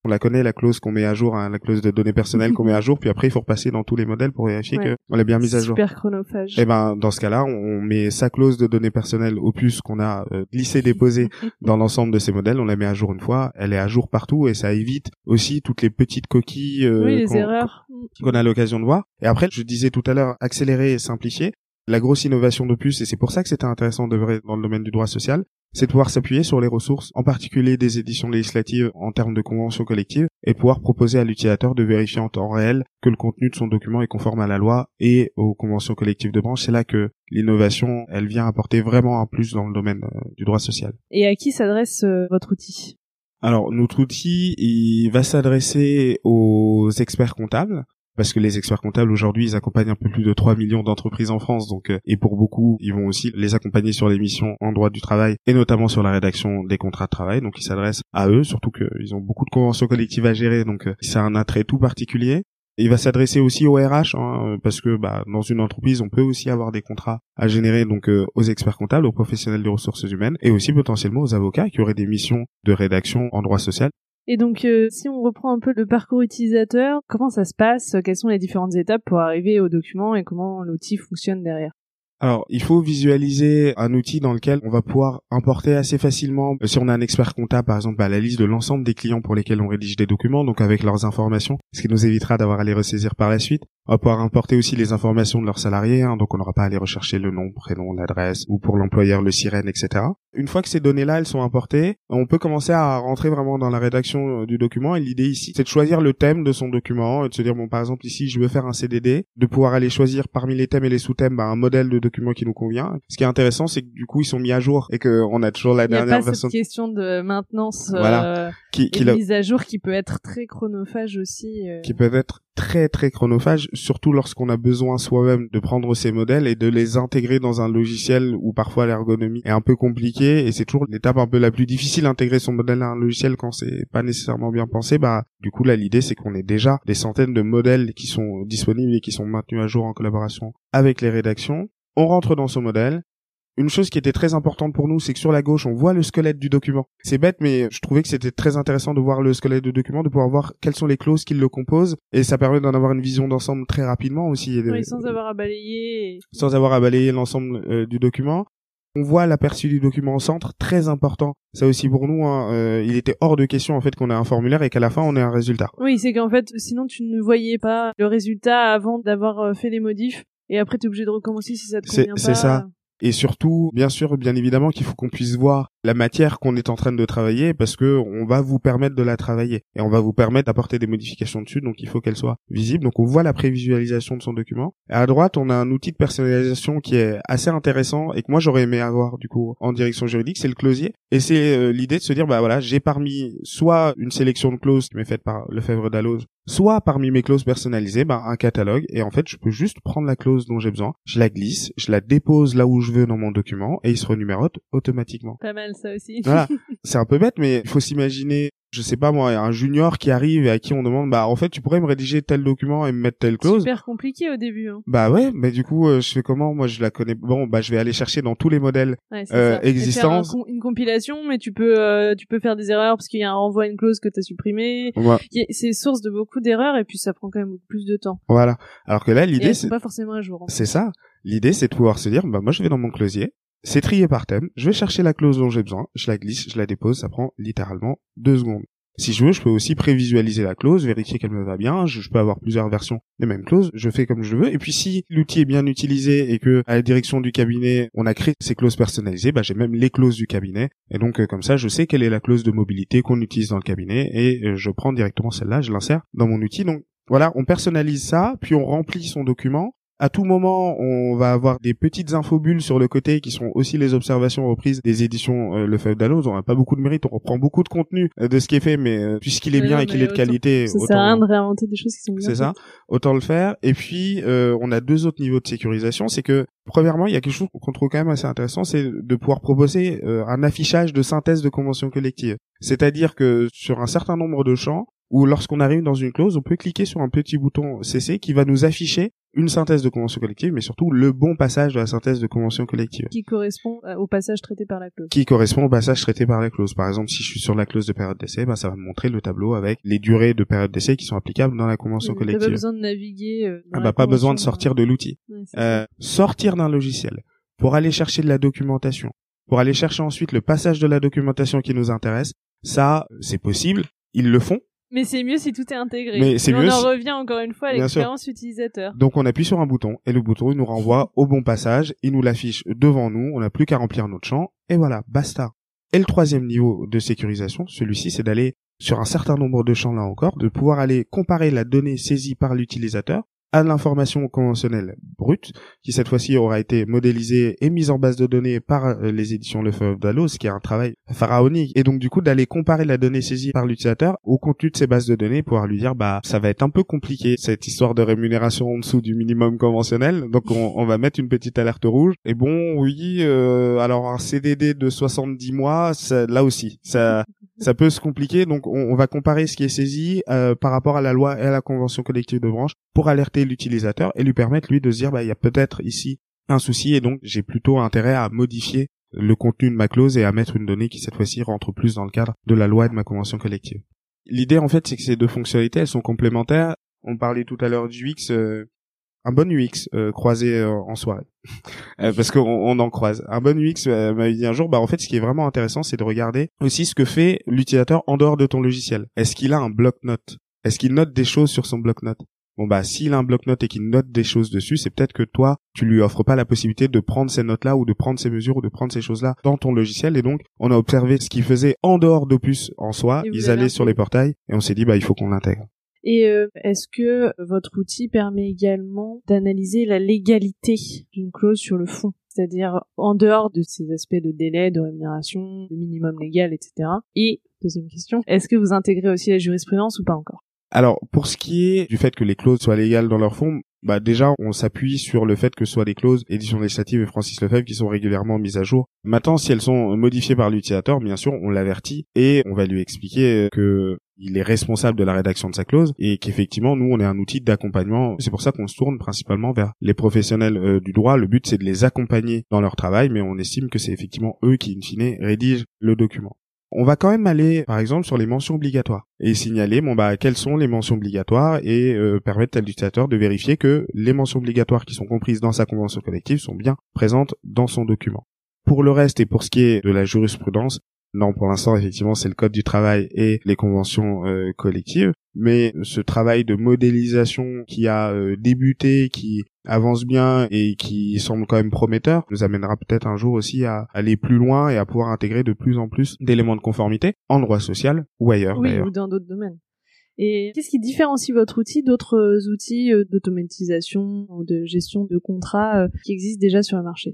On la connaît, la clause qu'on met à jour, hein, la clause de données personnelles qu'on met à jour, puis après il faut repasser dans tous les modèles pour vérifier Ouais. qu'on l'a bien mise à jour. Super chronophage. Et ben dans ce cas-là, on met sa clause de données personnelles opus qu'on a euh, glissé déposé dans l'ensemble de ces modèles, on la met à jour une fois, elle est à jour partout et ça évite aussi toutes les petites coquilles euh, oui, les qu'on, erreurs. qu'on a l'occasion de voir. Et après, je disais tout à l'heure, accélérer et simplifier. La grosse innovation d'Opus, et c'est pour ça que c'était intéressant de vrai dans le domaine du droit social, c'est de pouvoir s'appuyer sur les ressources, en particulier des éditions législatives en termes de conventions collectives, et pouvoir proposer à l'utilisateur de vérifier en temps réel que le contenu de son document est conforme à la loi et aux conventions collectives de branche. C'est là que l'innovation, elle vient apporter vraiment un plus dans le domaine euh, du droit social. Et à qui s'adresse euh, votre outil? Alors, notre outil, il va s'adresser aux experts comptables, parce que les experts comptables aujourd'hui, ils accompagnent un peu plus de trois millions d'entreprises en France, donc euh, et pour beaucoup, ils vont aussi les accompagner sur les missions en droit du travail et notamment sur la rédaction des contrats de travail. Donc ils s'adressent à eux, surtout qu'ils ont beaucoup de conventions collectives à gérer, donc euh, c'est un attrait tout particulier. Et il va s'adresser aussi aux R H, hein, parce que bah dans une entreprise, on peut aussi avoir des contrats à générer, donc euh, aux experts comptables, aux professionnels des ressources humaines et aussi potentiellement aux avocats qui auraient des missions de rédaction en droit social. Et donc, euh, si on reprend un peu le parcours utilisateur, comment ça se passe? Quelles sont les différentes étapes pour arriver au document et comment l'outil fonctionne derrière? Alors, il faut visualiser un outil dans lequel on va pouvoir importer assez facilement, si on a un expert comptable par exemple, bah, la liste de l'ensemble des clients pour lesquels on rédige des documents, donc avec leurs informations, ce qui nous évitera d'avoir à les ressaisir par la suite. On va pouvoir importer aussi les informations de leurs salariés, hein, donc on n'aura pas à aller rechercher le nom, prénom, l'adresse, ou pour l'employeur le sirène, et cetera. Une fois que ces données-là, elles sont importées, on peut commencer à rentrer vraiment dans la rédaction du document, et l'idée ici, c'est de choisir le thème de son document, et de se dire, bon, par exemple, ici, je veux faire un C D D, de pouvoir aller choisir parmi les thèmes et les sous-thèmes, bah, un modèle de document qui nous convient. Ce qui est intéressant, c'est que du coup, ils sont mis à jour, et qu'on a toujours la dernière version. Il n'y a pas cette question de maintenance, voilà. euh, qui, et qui de la... mise à jour qui peut être très chronophage aussi. Euh... Qui peut être très très chronophage, surtout lorsqu'on a besoin soi-même de prendre ces modèles et de les intégrer dans un logiciel où parfois l'ergonomie est un peu compliquée, et c'est toujours l'étape un peu la plus difficile, intégrer son modèle à un logiciel quand c'est pas nécessairement bien pensé. Bah du coup là l'idée c'est qu'on ait déjà des centaines de modèles qui sont disponibles et qui sont maintenus à jour en collaboration avec les rédactions. On rentre dans son modèle. Une chose qui était très importante pour nous, c'est que sur la gauche, on voit le squelette du document. C'est bête, mais je trouvais que c'était très intéressant de voir le squelette du document, de pouvoir voir quelles sont les clauses qui le composent, et ça permet d'en avoir une vision d'ensemble très rapidement aussi. Et de, oui, sans avoir à balayer. Et... Sans avoir à balayer l'ensemble euh, du document. On voit l'aperçu du document au centre, très important. Ça aussi pour nous, hein, euh, il était hors de question en fait qu'on ait un formulaire et qu'à la fin on ait un résultat. Oui, c'est qu'en fait, sinon tu ne voyais pas le résultat avant d'avoir fait les modifs, et après t'es obligé de recommencer si ça te convient c'est, pas. C'est ça. Et surtout, bien sûr, bien évidemment qu'il faut qu'on puisse voir la matière qu'on est en train de travailler, parce que on va vous permettre de la travailler et on va vous permettre d'apporter des modifications dessus, donc il faut qu'elle soit visible. Donc on voit la prévisualisation de son document. Et à droite, on a un outil de personnalisation qui est assez intéressant et que moi j'aurais aimé avoir du coup en direction juridique, c'est le closier. Et c'est euh, l'idée de se dire bah voilà, j'ai parmi soit une sélection de clauses qui m'est faite par Lefebvre Dalloz, soit parmi mes clauses personnalisées, bah un catalogue, et en fait je peux juste prendre la clause dont j'ai besoin, je la glisse, je la dépose là où je veux dans mon document et il se renumérote automatiquement. Pas mal ça aussi. Voilà, c'est un peu bête, mais il faut s'imaginer, je sais pas moi, un junior qui arrive et à qui on demande bah en fait tu pourrais me rédiger tel document et me mettre telle clause. Super compliqué au début. Hein. Bah ouais, mais du coup euh, je fais comment? Moi je la connais. Bon bah je vais aller chercher dans tous les modèles ouais, euh, existants. Com- une compilation, mais tu peux euh, tu peux faire des erreurs parce qu'il y a un renvoi à une clause que t'as supprimée. Ouais. C'est source de beaucoup d'erreurs et puis ça prend quand même beaucoup plus de temps. Voilà. Alors que là l'idée et elles c'est sont pas forcément à jour. C'est ça. L'idée c'est de pouvoir se dire bah moi je vais dans mon closier. C'est trié par thème, je vais chercher la clause dont j'ai besoin, je la glisse, je la dépose, ça prend littéralement deux secondes. Si je veux, je peux aussi prévisualiser la clause, vérifier qu'elle me va bien, je, je peux avoir plusieurs versions des mêmes clauses, je fais comme je veux, et puis si l'outil est bien utilisé et que à la direction du cabinet, on a créé ces clauses personnalisées, bah j'ai même les clauses du cabinet, et donc euh, comme ça, je sais quelle est la clause de mobilité qu'on utilise dans le cabinet, et euh, je prends directement celle-là, je l'insère dans mon outil. Donc voilà, on personnalise ça, puis on remplit son document. À tout moment, on va avoir des petites infobulles sur le côté qui sont aussi les observations reprises des éditions euh, Lefebvre Dalloz. On n'a pas beaucoup de mérite, on reprend beaucoup de contenu euh, de ce qui est fait, mais euh, puisqu'il est bien ouais, et qu'il est de autant, qualité, ça autant... sert à rien de réinventer des choses qui sont bien. C'est ça, autant le faire. Et puis, euh, on a deux autres niveaux de sécurisation. C'est que, premièrement, il y a quelque chose qu'on trouve quand même assez intéressant, c'est de pouvoir proposer euh, un affichage de synthèse de convention collective. C'est-à-dire que sur un certain nombre de champs, ou lorsqu'on arrive dans une clause, on peut cliquer sur un petit bouton C C qui va nous afficher une synthèse de convention collective, mais surtout le bon passage de la synthèse de convention collective. Qui correspond au passage traité par la clause. Qui correspond au passage traité par la clause. Par exemple, si je suis sur la clause de période d'essai, ben, ça va me montrer le tableau avec les durées de période d'essai qui sont applicables dans la convention oui, collective. T'as pas besoin de naviguer. Euh, ah bah, pas besoin de sortir de l'outil. Ouais, euh, sortir d'un logiciel pour aller chercher de la documentation, pour aller chercher ensuite le passage de la documentation qui nous intéresse, ça, c'est possible. Ils le font. Mais c'est mieux si tout est intégré. Mais c'est et mieux on en si... revient encore une fois à l'expérience utilisateur. Donc on appuie sur un bouton et le bouton il nous renvoie au bon passage, il nous l'affiche devant nous, on n'a plus qu'à remplir notre champ et voilà, basta. Et le troisième niveau de sécurisation, celui-ci, c'est d'aller sur un certain nombre de champs là encore, de pouvoir aller comparer la donnée saisie par l'utilisateur à l'information conventionnelle brute, qui cette fois-ci aura été modélisée et mise en base de données par les éditions Lefebvre Dalloz, ce qui est un travail pharaonique. Et donc du coup d'aller comparer la donnée saisie par l'utilisateur au contenu de ces bases de données, pouvoir lui dire bah ça va être un peu compliqué cette histoire de rémunération en dessous du minimum conventionnel, donc on, on va mettre une petite alerte rouge. Et bon oui, euh, alors un C D D de soixante-dix mois, ça, là aussi, ça... ça peut se compliquer, donc on, on va comparer ce qui est saisi euh, par rapport à la loi et à la convention collective de branche pour alerter l'utilisateur et lui permettre lui de se dire bah il y a peut-être ici un souci et donc j'ai plutôt intérêt à modifier le contenu de ma clause et à mettre une donnée qui cette fois-ci rentre plus dans le cadre de la loi et de ma convention collective. L'idée en fait c'est que ces deux fonctionnalités elles sont complémentaires. On parlait tout à l'heure du U X, euh, un bon U X euh, croisé euh, en soirée. euh, parce qu'on on en croise. Un bon U X euh, m'a dit un jour, bah en fait ce qui est vraiment intéressant c'est de regarder aussi ce que fait l'utilisateur en dehors de ton logiciel. Est-ce qu'il a un bloc-notes? Est-ce qu'il note des choses sur son bloc-notes? Bon bah s'il a un bloc-notes et qu'il note des choses dessus, c'est peut-être que toi, tu lui offres pas la possibilité de prendre ces notes-là ou de prendre ces mesures ou de prendre ces choses-là dans ton logiciel et donc on a observé ce qu'ils faisaient en dehors d'Opus en soi, ils allaient sur les portails et on s'est dit bah il faut qu'on l'intègre. Et euh, est-ce que votre outil permet également d'analyser la légalité d'une clause sur le fond, c'est-à-dire en dehors de ces aspects de délai, de rémunération, de minimum légal, et cetera. Et deuxième question, est-ce que vous intégrez aussi la jurisprudence ou pas encore? Alors pour ce qui est du fait que les clauses soient légales dans leur fond, bah déjà on s'appuie sur le fait que ce soit des clauses édition législative et Francis Lefebvre qui sont régulièrement mises à jour. Maintenant si elles sont modifiées par l'utilisateur, bien sûr on l'avertit et on va lui expliquer que il est responsable de la rédaction de sa clause et qu'effectivement nous on est un outil d'accompagnement. C'est pour ça qu'on se tourne principalement vers les professionnels euh, du droit. Le but c'est de les accompagner dans leur travail, mais on estime que c'est effectivement eux qui in fine rédigent le document. On va quand même aller, par exemple, sur les mentions obligatoires et signaler, bon bah, quelles sont les mentions obligatoires et euh, permettre à l'utilisateur de vérifier que les mentions obligatoires qui sont comprises dans sa convention collective sont bien présentes dans son document. Pour le reste et pour ce qui est de la jurisprudence, non, pour l'instant, effectivement, c'est le code du travail et les conventions euh, collectives. Mais ce travail de modélisation qui a euh, débuté, qui avance bien et qui semble quand même prometteur, nous amènera peut-être un jour aussi à aller plus loin et à pouvoir intégrer de plus en plus d'éléments de conformité en droit social ou ailleurs oui, d'ailleurs. Ou dans d'autres domaines. Et qu'est-ce qui différencie votre outil d'autres outils euh, d'automatisation ou de gestion de contrats euh, qui existent déjà sur le marché?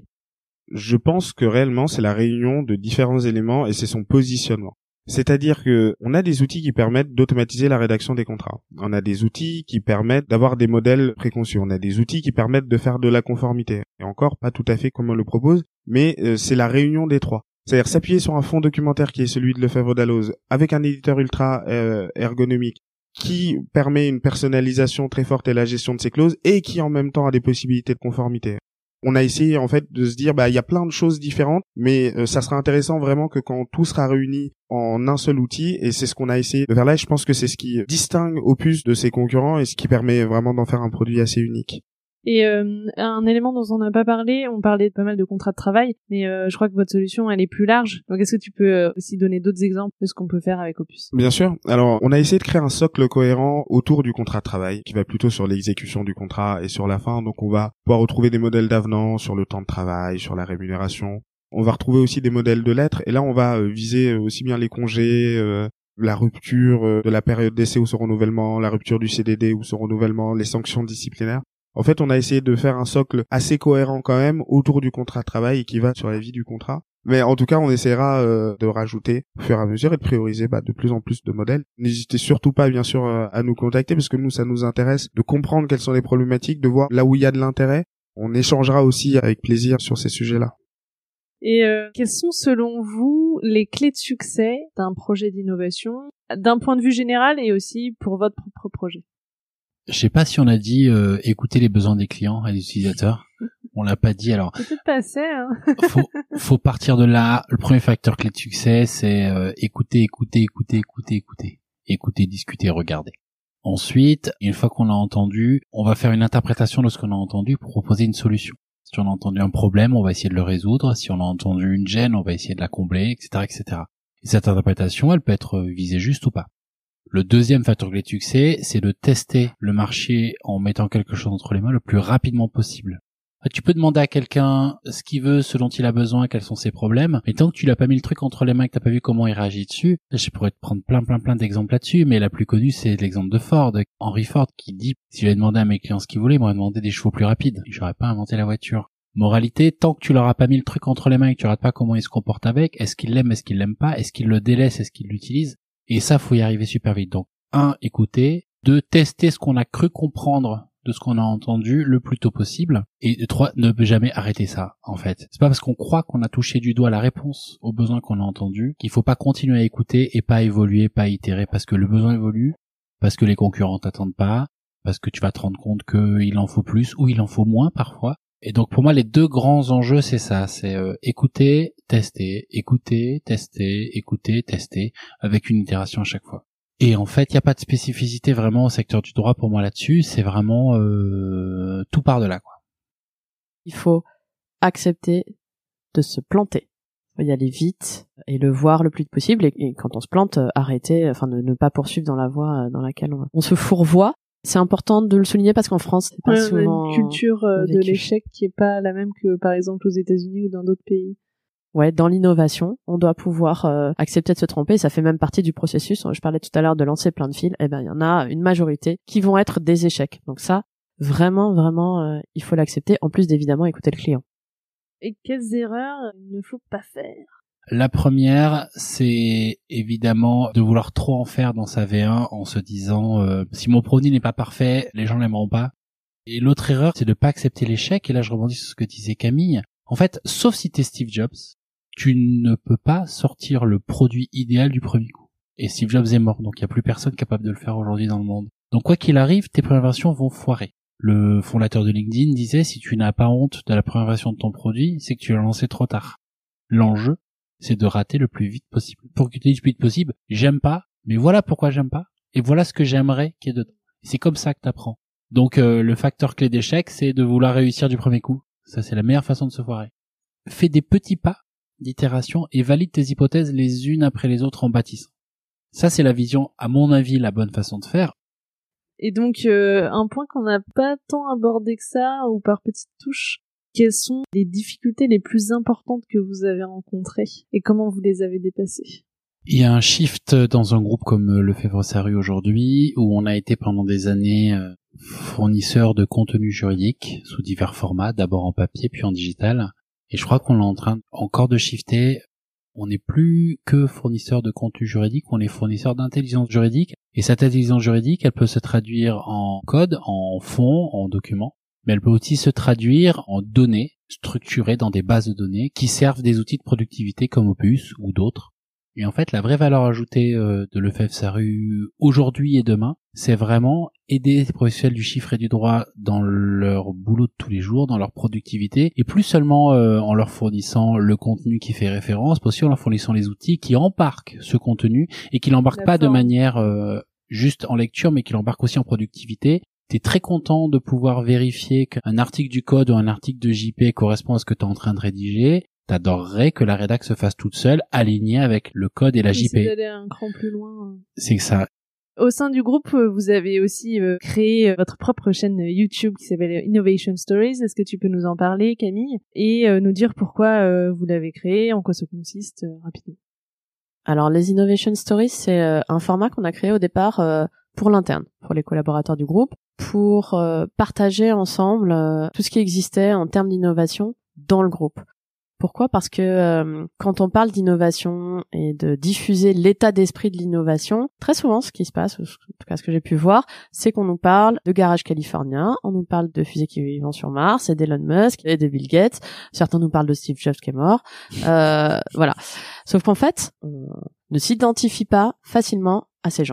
Je pense que réellement c'est la réunion de différents éléments et c'est son positionnement. C'est-à-dire que on a des outils qui permettent d'automatiser la rédaction des contrats. On a des outils qui permettent d'avoir des modèles préconçus. On a des outils qui permettent de faire de la conformité. Et encore pas tout à fait comme on le propose, mais euh, c'est la réunion des trois. C'est-à-dire s'appuyer sur un fond documentaire qui est celui de Lefebvre Dalloz avec un éditeur ultra euh, ergonomique qui permet une personnalisation très forte et la gestion de ses clauses et qui en même temps a des possibilités de conformité. On a essayé en fait de se dire bah il y a plein de choses différentes, mais euh, ça sera intéressant vraiment que quand tout sera réuni en un seul outil, et c'est ce qu'on a essayé de faire là, et je pense que c'est ce qui distingue Opus de ses concurrents et ce qui permet vraiment d'en faire un produit assez unique. Et euh, un élément dont on n'a pas parlé, on parlait de pas mal de contrats de travail, mais euh, je crois que votre solution elle est plus large. Donc est-ce que tu peux euh, aussi donner d'autres exemples de ce qu'on peut faire avec Opus? Bien sûr. Alors on a essayé de créer un socle cohérent autour du contrat de travail qui va plutôt sur l'exécution du contrat et sur la fin. Donc on va pouvoir retrouver des modèles d'avenant sur le temps de travail, sur la rémunération. On va retrouver aussi des modèles de lettres et là on va euh, viser aussi bien les congés, euh, la rupture euh, de la période d'essai ou son renouvellement, la rupture du C D D ou son renouvellement, les sanctions disciplinaires. En fait, on a essayé de faire un socle assez cohérent quand même autour du contrat de travail et qui va sur la vie du contrat. Mais en tout cas, on essaiera euh, de rajouter au fur et à mesure et de prioriser bah, de plus en plus de modèles. N'hésitez surtout pas, bien sûr, euh, à nous contacter parce que nous, ça nous intéresse de comprendre quelles sont les problématiques, de voir là où il y a de l'intérêt. On échangera aussi avec plaisir sur ces sujets-là. Et euh, quelles sont, selon vous, les clés de succès d'un projet d'innovation, d'un point de vue général et aussi pour votre propre projet ? Je sais pas si on a dit euh, écouter les besoins des clients et des utilisateurs. On l'a pas dit, alors. Peut-être pas assez, hein. faut, faut partir de là. Le premier facteur clé de succès, c'est euh, écouter, écouter, écouter, écouter, écouter. Écouter, discuter, regarder. Ensuite, une fois qu'on a entendu, on va faire une interprétation de ce qu'on a entendu pour proposer une solution. Si on a entendu un problème, on va essayer de le résoudre. Si on a entendu une gêne, on va essayer de la combler, et cetera, et cetera. Et cette interprétation, elle peut être visée juste ou pas. Le deuxième facteur clé de succès, c'est de tester le marché en mettant quelque chose entre les mains le plus rapidement possible. Tu peux demander à quelqu'un ce qu'il veut, ce dont il a besoin, quels sont ses problèmes, mais tant que tu l'as pas mis le truc entre les mains, que t'as pas vu comment il réagit dessus, je pourrais te prendre plein plein plein d'exemples là-dessus, mais la plus connue c'est l'exemple de Ford, Henry Ford, qui dit si j'avais demandé à mes clients ce qu'ils voulaient, ils m'auraient demandé des chevaux plus rapides, j'aurais pas inventé la voiture. Moralité, tant que tu leur as pas mis le truc entre les mains et que tu regardes pas comment ils se comportent avec, est-ce qu'ils l'aiment, est-ce qu'ils l'aiment pas, est-ce qu'ils le délaissent, est-ce qu'ils l'utilisent, et ça faut y arriver super vite. Donc un, écouter, deux, tester ce qu'on a cru comprendre de ce qu'on a entendu le plus tôt possible, et trois, ne jamais arrêter ça, en fait. C'est pas parce qu'on croit qu'on a touché du doigt la réponse aux besoins qu'on a entendus qu'il faut pas continuer à écouter et pas évoluer, pas itérer, parce que le besoin évolue, parce que les concurrents t'attendent pas, parce que tu vas te rendre compte qu'il en faut plus ou il en faut moins parfois. Et donc pour moi les deux grands enjeux c'est ça, c'est euh, écouter, tester, écouter, tester, écouter, tester, avec une itération à chaque fois. Et en fait, il n'y a pas de spécificité vraiment au secteur du droit pour moi là-dessus, c'est vraiment euh, tout part de là, quoi. Il faut accepter de se planter. Il faut y aller vite et le voir le plus vite possible, et, et quand on se plante, arrêter, enfin ne, ne pas poursuivre dans la voie dans laquelle on, on se fourvoie. C'est important de le souligner parce qu'en France, c'est pas ouais, souvent une culture euh, de l'échec qui est pas la même que par exemple aux États-Unis ou dans d'autres pays. Ouais, dans l'innovation, on doit pouvoir euh, accepter de se tromper. Ça fait même partie du processus. Je parlais tout à l'heure de lancer plein de fils. Eh ben, il y en a une majorité qui vont être des échecs. Donc ça, vraiment, vraiment, euh, il faut l'accepter. En plus d'évidemment écouter le client. Et quelles erreurs il ne faut pas faire? La première, c'est évidemment de vouloir trop en faire dans sa V un en se disant euh, si mon produit n'est pas parfait, les gens l'aimeront pas. Et l'autre erreur, c'est de pas accepter l'échec. Et là, je rebondis sur ce que disait Camille. En fait, sauf si t'es Steve Jobs, tu ne peux pas sortir le produit idéal du premier coup. Et Steve Jobs est mort, donc il n'y a plus personne capable de le faire aujourd'hui dans le monde. Donc quoi qu'il arrive, tes premières versions vont foirer. Le fondateur de LinkedIn disait, si tu n'as pas honte de la première version de ton produit, c'est que tu l'as lancé trop tard. L'enjeu, c'est de rater le plus vite possible. Pour que tu dises le plus vite possible, j'aime pas, mais voilà pourquoi j'aime pas, et voilà ce que j'aimerais qu'il y ait dedans. C'est comme ça que t'apprends. Donc euh, le facteur clé d'échec, c'est de vouloir réussir du premier coup. Ça, c'est la meilleure façon de se foirer. Fais des petits pas d'itération et valide tes hypothèses les unes après les autres en bâtissant. Ça, c'est la vision, à mon avis, la bonne façon de faire. Et donc, euh, un point qu'on n'a pas tant abordé que ça, ou par petites touches, quelles sont les difficultés les plus importantes que vous avez rencontrées et comment vous les avez dépassées? Il y a un shift dans un groupe comme Lefebvre Sarrut aujourd'hui, où on a été pendant des années fournisseur de contenu juridique sous divers formats, d'abord en papier puis en digital. Et je crois qu'on est en train encore de shifter. On n'est plus que fournisseur de contenu juridique, on est fournisseur d'intelligence juridique. Et cette intelligence juridique, elle peut se traduire en code, en fonds, en documents. Mais elle peut aussi se traduire en données structurées dans des bases de données qui servent des outils de productivité comme Opus ou d'autres. Et en fait, la vraie valeur ajoutée euh, de Lefebvre Sarrut aujourd'hui et demain, c'est vraiment aider les professionnels du chiffre et du droit dans leur boulot de tous les jours, dans leur productivité, et plus seulement euh, en leur fournissant le contenu qui fait référence, mais aussi en leur fournissant les outils qui embarquent ce contenu et qui l'embarquent pas de manière euh, juste en lecture, mais qui l'embarquent aussi en productivité. T'es très content de pouvoir vérifier qu'un article du code ou un article de J P correspond à ce que t'es en train de rédiger. T'adorerais que la rédac se fasse toute seule, alignée avec le code et la J P. C'est d'aller un cran plus loin. C'est que ça. Au sein du groupe, vous avez aussi euh, créé votre propre chaîne YouTube qui s'appelle Innovation Stories. Est-ce que tu peux nous en parler, Camille, et euh, nous dire pourquoi euh, vous l'avez créé, en quoi ça consiste, euh, rapidement? Alors, les Innovation Stories, c'est euh, un format qu'on a créé au départ euh, pour l'interne, pour les collaborateurs du groupe, pour euh, partager ensemble euh, tout ce qui existait en termes d'innovation dans le groupe. Pourquoi ? Parce que euh, quand on parle d'innovation et de diffuser l'état d'esprit de l'innovation, très souvent ce qui se passe, en tout cas ce que j'ai pu voir, c'est qu'on nous parle de garage californien, on nous parle de fusées qui vont sur Mars et d'Elon Musk et de Bill Gates, certains nous parlent de Steve Jobs qui est mort, euh, voilà. Sauf qu'en fait, on ne s'identifie pas facilement à ces gens.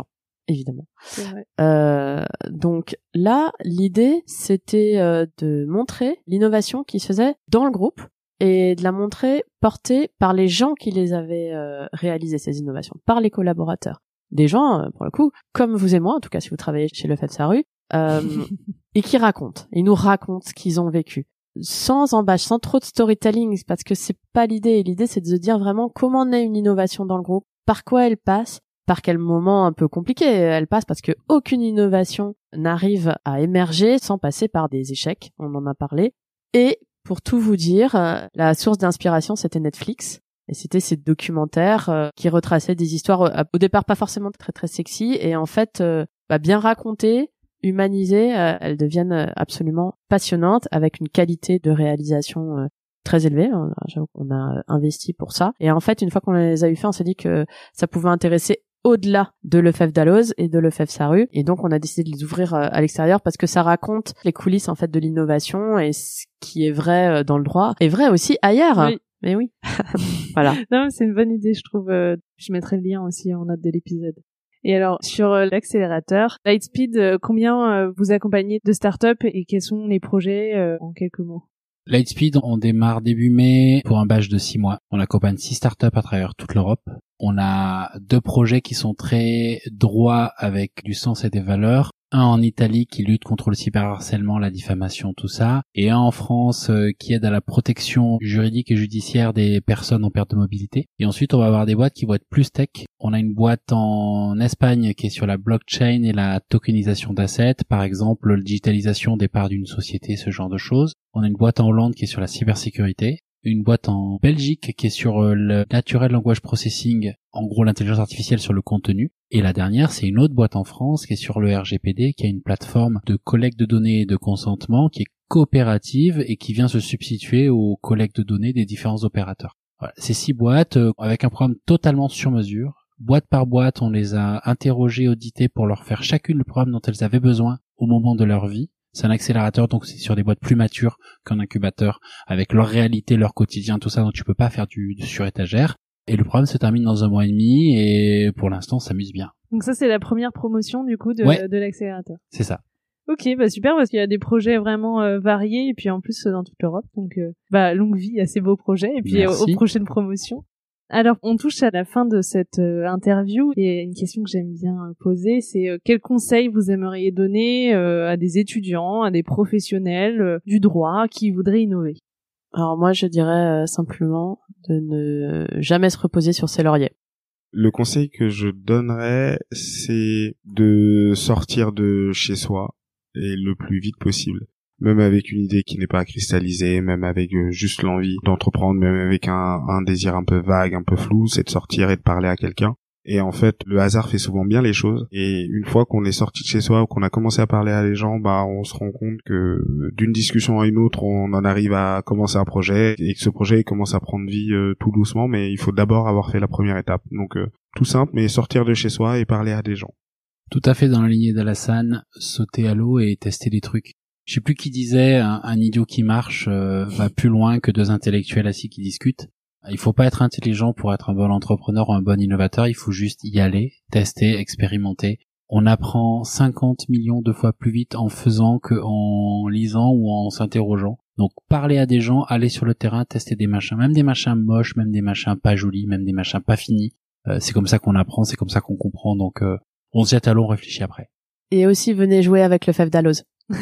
évidemment. C'est vrai. Euh, donc là, l'idée, c'était euh, de montrer l'innovation qui se faisait dans le groupe et de la montrer portée par les gens qui les avaient euh, réalisées, ces innovations, par les collaborateurs. Des gens, euh, pour le coup, comme vous et moi, en tout cas si vous travaillez chez le F E F SARU, euh, et qui racontent, ils nous racontent ce qu'ils ont vécu. Sans embâche, sans trop de storytelling, parce que c'est pas l'idée. L'idée, c'est de se dire vraiment comment naît une innovation dans le groupe, par quoi elle passe, par quel moment un peu compliqué elle passe, parce que aucune innovation n'arrive à émerger sans passer par des échecs, on en a parlé. Et pour tout vous dire, euh, la source d'inspiration, c'était Netflix. Et c'était ces documentaires euh, qui retraçaient des histoires, euh, au départ pas forcément très très sexy, et en fait, euh, bah, bien racontées, humanisées, euh, elles deviennent euh, absolument passionnantes, avec une qualité de réalisation euh, très élevée. On a, j'avoue qu'on a investi pour ça. Et en fait, une fois qu'on les a eu fait, on s'est dit que ça pouvait intéresser au-delà de le F E F Dalloz et de le F E F SARU. Et donc, on a décidé de les ouvrir euh, à l'extérieur parce que ça raconte les coulisses, en fait, de l'innovation, et ce qui est vrai euh, dans le droit est vrai aussi ailleurs. Oui. Mais oui. Voilà. Non, mais c'est une bonne idée, je trouve. Euh, je mettrai le lien aussi en note de l'épisode. Et alors, sur euh, l'accélérateur, Lightspeed, euh, combien euh, vous accompagnez de startups et quels sont les projets euh, en quelques mots? Lightspeed, on démarre début mai pour un batch de six mois. On accompagne six startups à travers toute l'Europe. On a deux projets qui sont très droits avec du sens et des valeurs. Un en Italie qui lutte contre le cyberharcèlement, la diffamation, tout ça. Et un en France euh, qui aide à la protection juridique et judiciaire des personnes en perte de mobilité. Et ensuite, on va avoir des boîtes qui vont être plus tech. On a une boîte en Espagne qui est sur la blockchain et la tokenisation d'assets. Par exemple, la digitalisation des parts d'une société, ce genre de choses. On a une boîte en Hollande qui est sur la cybersécurité. Une boîte en Belgique qui est sur le Natural Language Processing, en gros l'intelligence artificielle sur le contenu. Et la dernière, c'est une autre boîte en France qui est sur le R G P D, qui a une plateforme de collecte de données et de consentement qui est coopérative et qui vient se substituer aux collectes de données des différents opérateurs. Voilà, ces six boîtes, euh, avec un programme totalement sur mesure. Boîte par boîte, on les a interrogées, auditées pour leur faire chacune le programme dont elles avaient besoin au moment de leur vie. C'est un accélérateur, donc c'est sur des boîtes plus matures qu'un incubateur, avec leur réalité, leur quotidien, tout ça, donc tu peux pas faire du, du sur-étagère. Et le programme se termine dans un mois et demi, et pour l'instant, ça s'amuse bien. Donc ça, c'est la première promotion, du coup, de, Ouais. de l'accélérateur. C'est ça. Ok, bah super, parce qu'il y a des projets vraiment euh, variés, et puis en plus, euh, dans toute l'Europe. Donc, euh, bah, longue vie à ces beaux projets, et puis Merci. aux, aux prochaines promotions. Alors, on touche à la fin de cette euh, interview, et une question que j'aime bien euh, poser, c'est euh, quels conseils vous aimeriez donner euh, à des étudiants, à des professionnels euh, du droit qui voudraient innover? Alors moi, je dirais euh, simplement de ne jamais se reposer sur ses lauriers. Le conseil que je donnerais, c'est de sortir de chez soi et le plus vite possible. Même avec une idée qui n'est pas cristallisée, même avec euh, juste l'envie d'entreprendre, même avec un, un désir un peu vague, un peu flou, c'est de sortir et de parler à quelqu'un. Et en fait, le hasard fait souvent bien les choses. Et une fois qu'on est sorti de chez soi ou qu'on a commencé à parler à les gens, bah, on se rend compte que d'une discussion à une autre, on en arrive à commencer un projet et que ce projet commence à prendre vie euh, tout doucement. Mais il faut d'abord avoir fait la première étape. Donc, euh, tout simple, mais sortir de chez soi et parler à des gens. Tout à fait dans la lignée d'Alassane, sauter à l'eau et tester des trucs. Je sais plus qui disait, un, un idiot qui marche euh, va plus loin que deux intellectuels assis qui discutent. Il faut pas être intelligent pour être un bon entrepreneur ou un bon innovateur, il faut juste y aller, tester, expérimenter. On apprend cinquante millions de fois plus vite en faisant qu'en lisant ou en s'interrogeant. Donc parler à des gens, aller sur le terrain, tester des machins, même des machins moches, même des machins pas jolis, même des machins pas finis. Euh, c'est comme ça qu'on apprend, c'est comme ça qu'on comprend, donc euh, on se jette à l'eau, on réfléchit après. Et aussi, venez jouer avec le F E F Dalloz.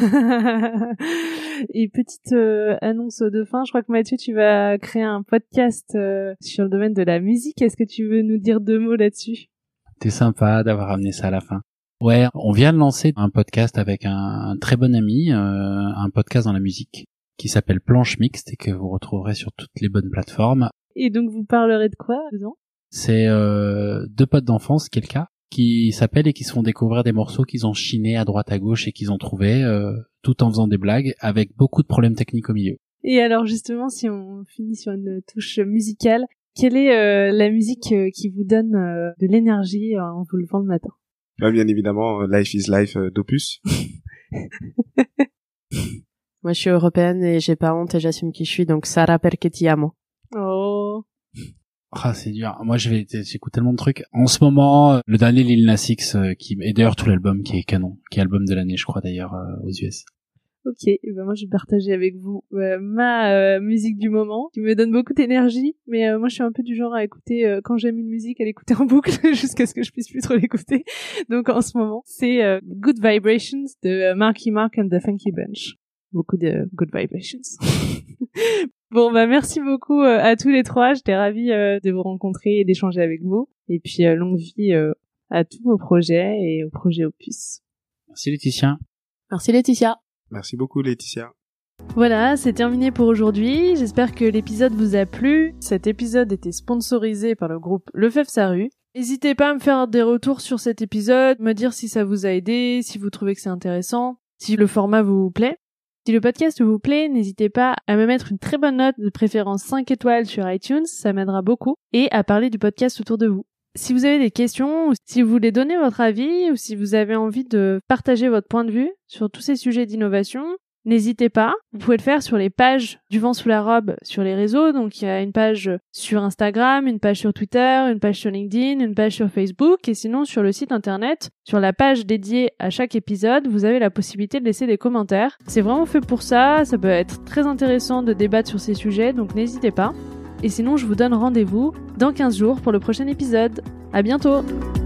Et petite euh, annonce de fin, je crois que Mathieu, tu vas créer un podcast euh, sur le domaine de la musique. Est-ce que tu veux nous dire deux mots là-dessus? T'es sympa d'avoir amené ça à la fin. Ouais, on vient de lancer un podcast avec un, un très bon ami, euh, un podcast dans la musique qui s'appelle Planche Mixte et que vous retrouverez sur toutes les bonnes plateformes. Et donc vous parlerez de quoi dedans? C'est euh, deux potes d'enfance, qui est le cas, qui s'appellent et qui se font découvrir des morceaux qu'ils ont chinés à droite à gauche et qu'ils ont trouvés, euh, tout en faisant des blagues, avec beaucoup de problèmes techniques au milieu. Et alors justement, si on finit sur une touche musicale, quelle est euh, la musique euh, qui vous donne euh, de l'énergie euh, en vous levant le matin? Bah, bien évidemment, euh, Life is Life euh, d'Opus. Moi, je suis européenne et j'ai pas honte et j'assume qui je suis, donc Sara perché ti amo. Oh. Ah, c'est dur. Moi, je vais, j'écoute tellement de trucs. En ce moment, le dernier Lil Nas X, euh, qui, et d'ailleurs tout l'album qui est canon, qui est album de l'année, je crois d'ailleurs, euh, aux U S. Ok, et ben moi je vais partager avec vous euh, ma euh, musique du moment, qui me donne beaucoup d'énergie, mais euh, moi je suis un peu du genre à écouter, euh, quand j'aime une musique, à l'écouter en boucle, jusqu'à ce que je puisse plus trop l'écouter. Donc en ce moment, c'est euh, Good Vibrations de euh, Marky Mark and the Funky Bunch. Beaucoup de Good Vibrations. Bon, bah merci beaucoup euh, à tous les trois, j'étais ravie euh, de vous rencontrer et d'échanger avec vous. Et puis euh, longue vie euh, à tous vos projets et au projet Opus. Merci Laetitia. Merci Laetitia. Merci beaucoup Laetitia. Voilà, c'est terminé pour aujourd'hui. J'espère que l'épisode vous a plu. Cet épisode était sponsorisé par le groupe Le Fève Sa Rue. N'hésitez pas à me faire des retours sur cet épisode, me dire si ça vous a aidé, si vous trouvez que c'est intéressant, si le format vous plaît. Si le podcast vous plaît, n'hésitez pas à me mettre une très bonne note, de préférence cinq étoiles sur iTunes, ça m'aidera beaucoup, et à parler du podcast autour de vous. Si vous avez des questions, ou si vous voulez donner votre avis, ou si vous avez envie de partager votre point de vue sur tous ces sujets d'innovation, n'hésitez pas. Vous pouvez le faire sur les pages du Vent sous la robe sur les réseaux. Donc il y a une page sur Instagram, une page sur Twitter, une page sur LinkedIn, une page sur Facebook, et sinon sur le site internet, sur la page dédiée à chaque épisode, vous avez la possibilité de laisser des commentaires. C'est vraiment fait pour ça, ça peut être très intéressant de débattre sur ces sujets, donc n'hésitez pas. Et sinon, je vous donne rendez-vous dans quinze jours pour le prochain épisode. À bientôt!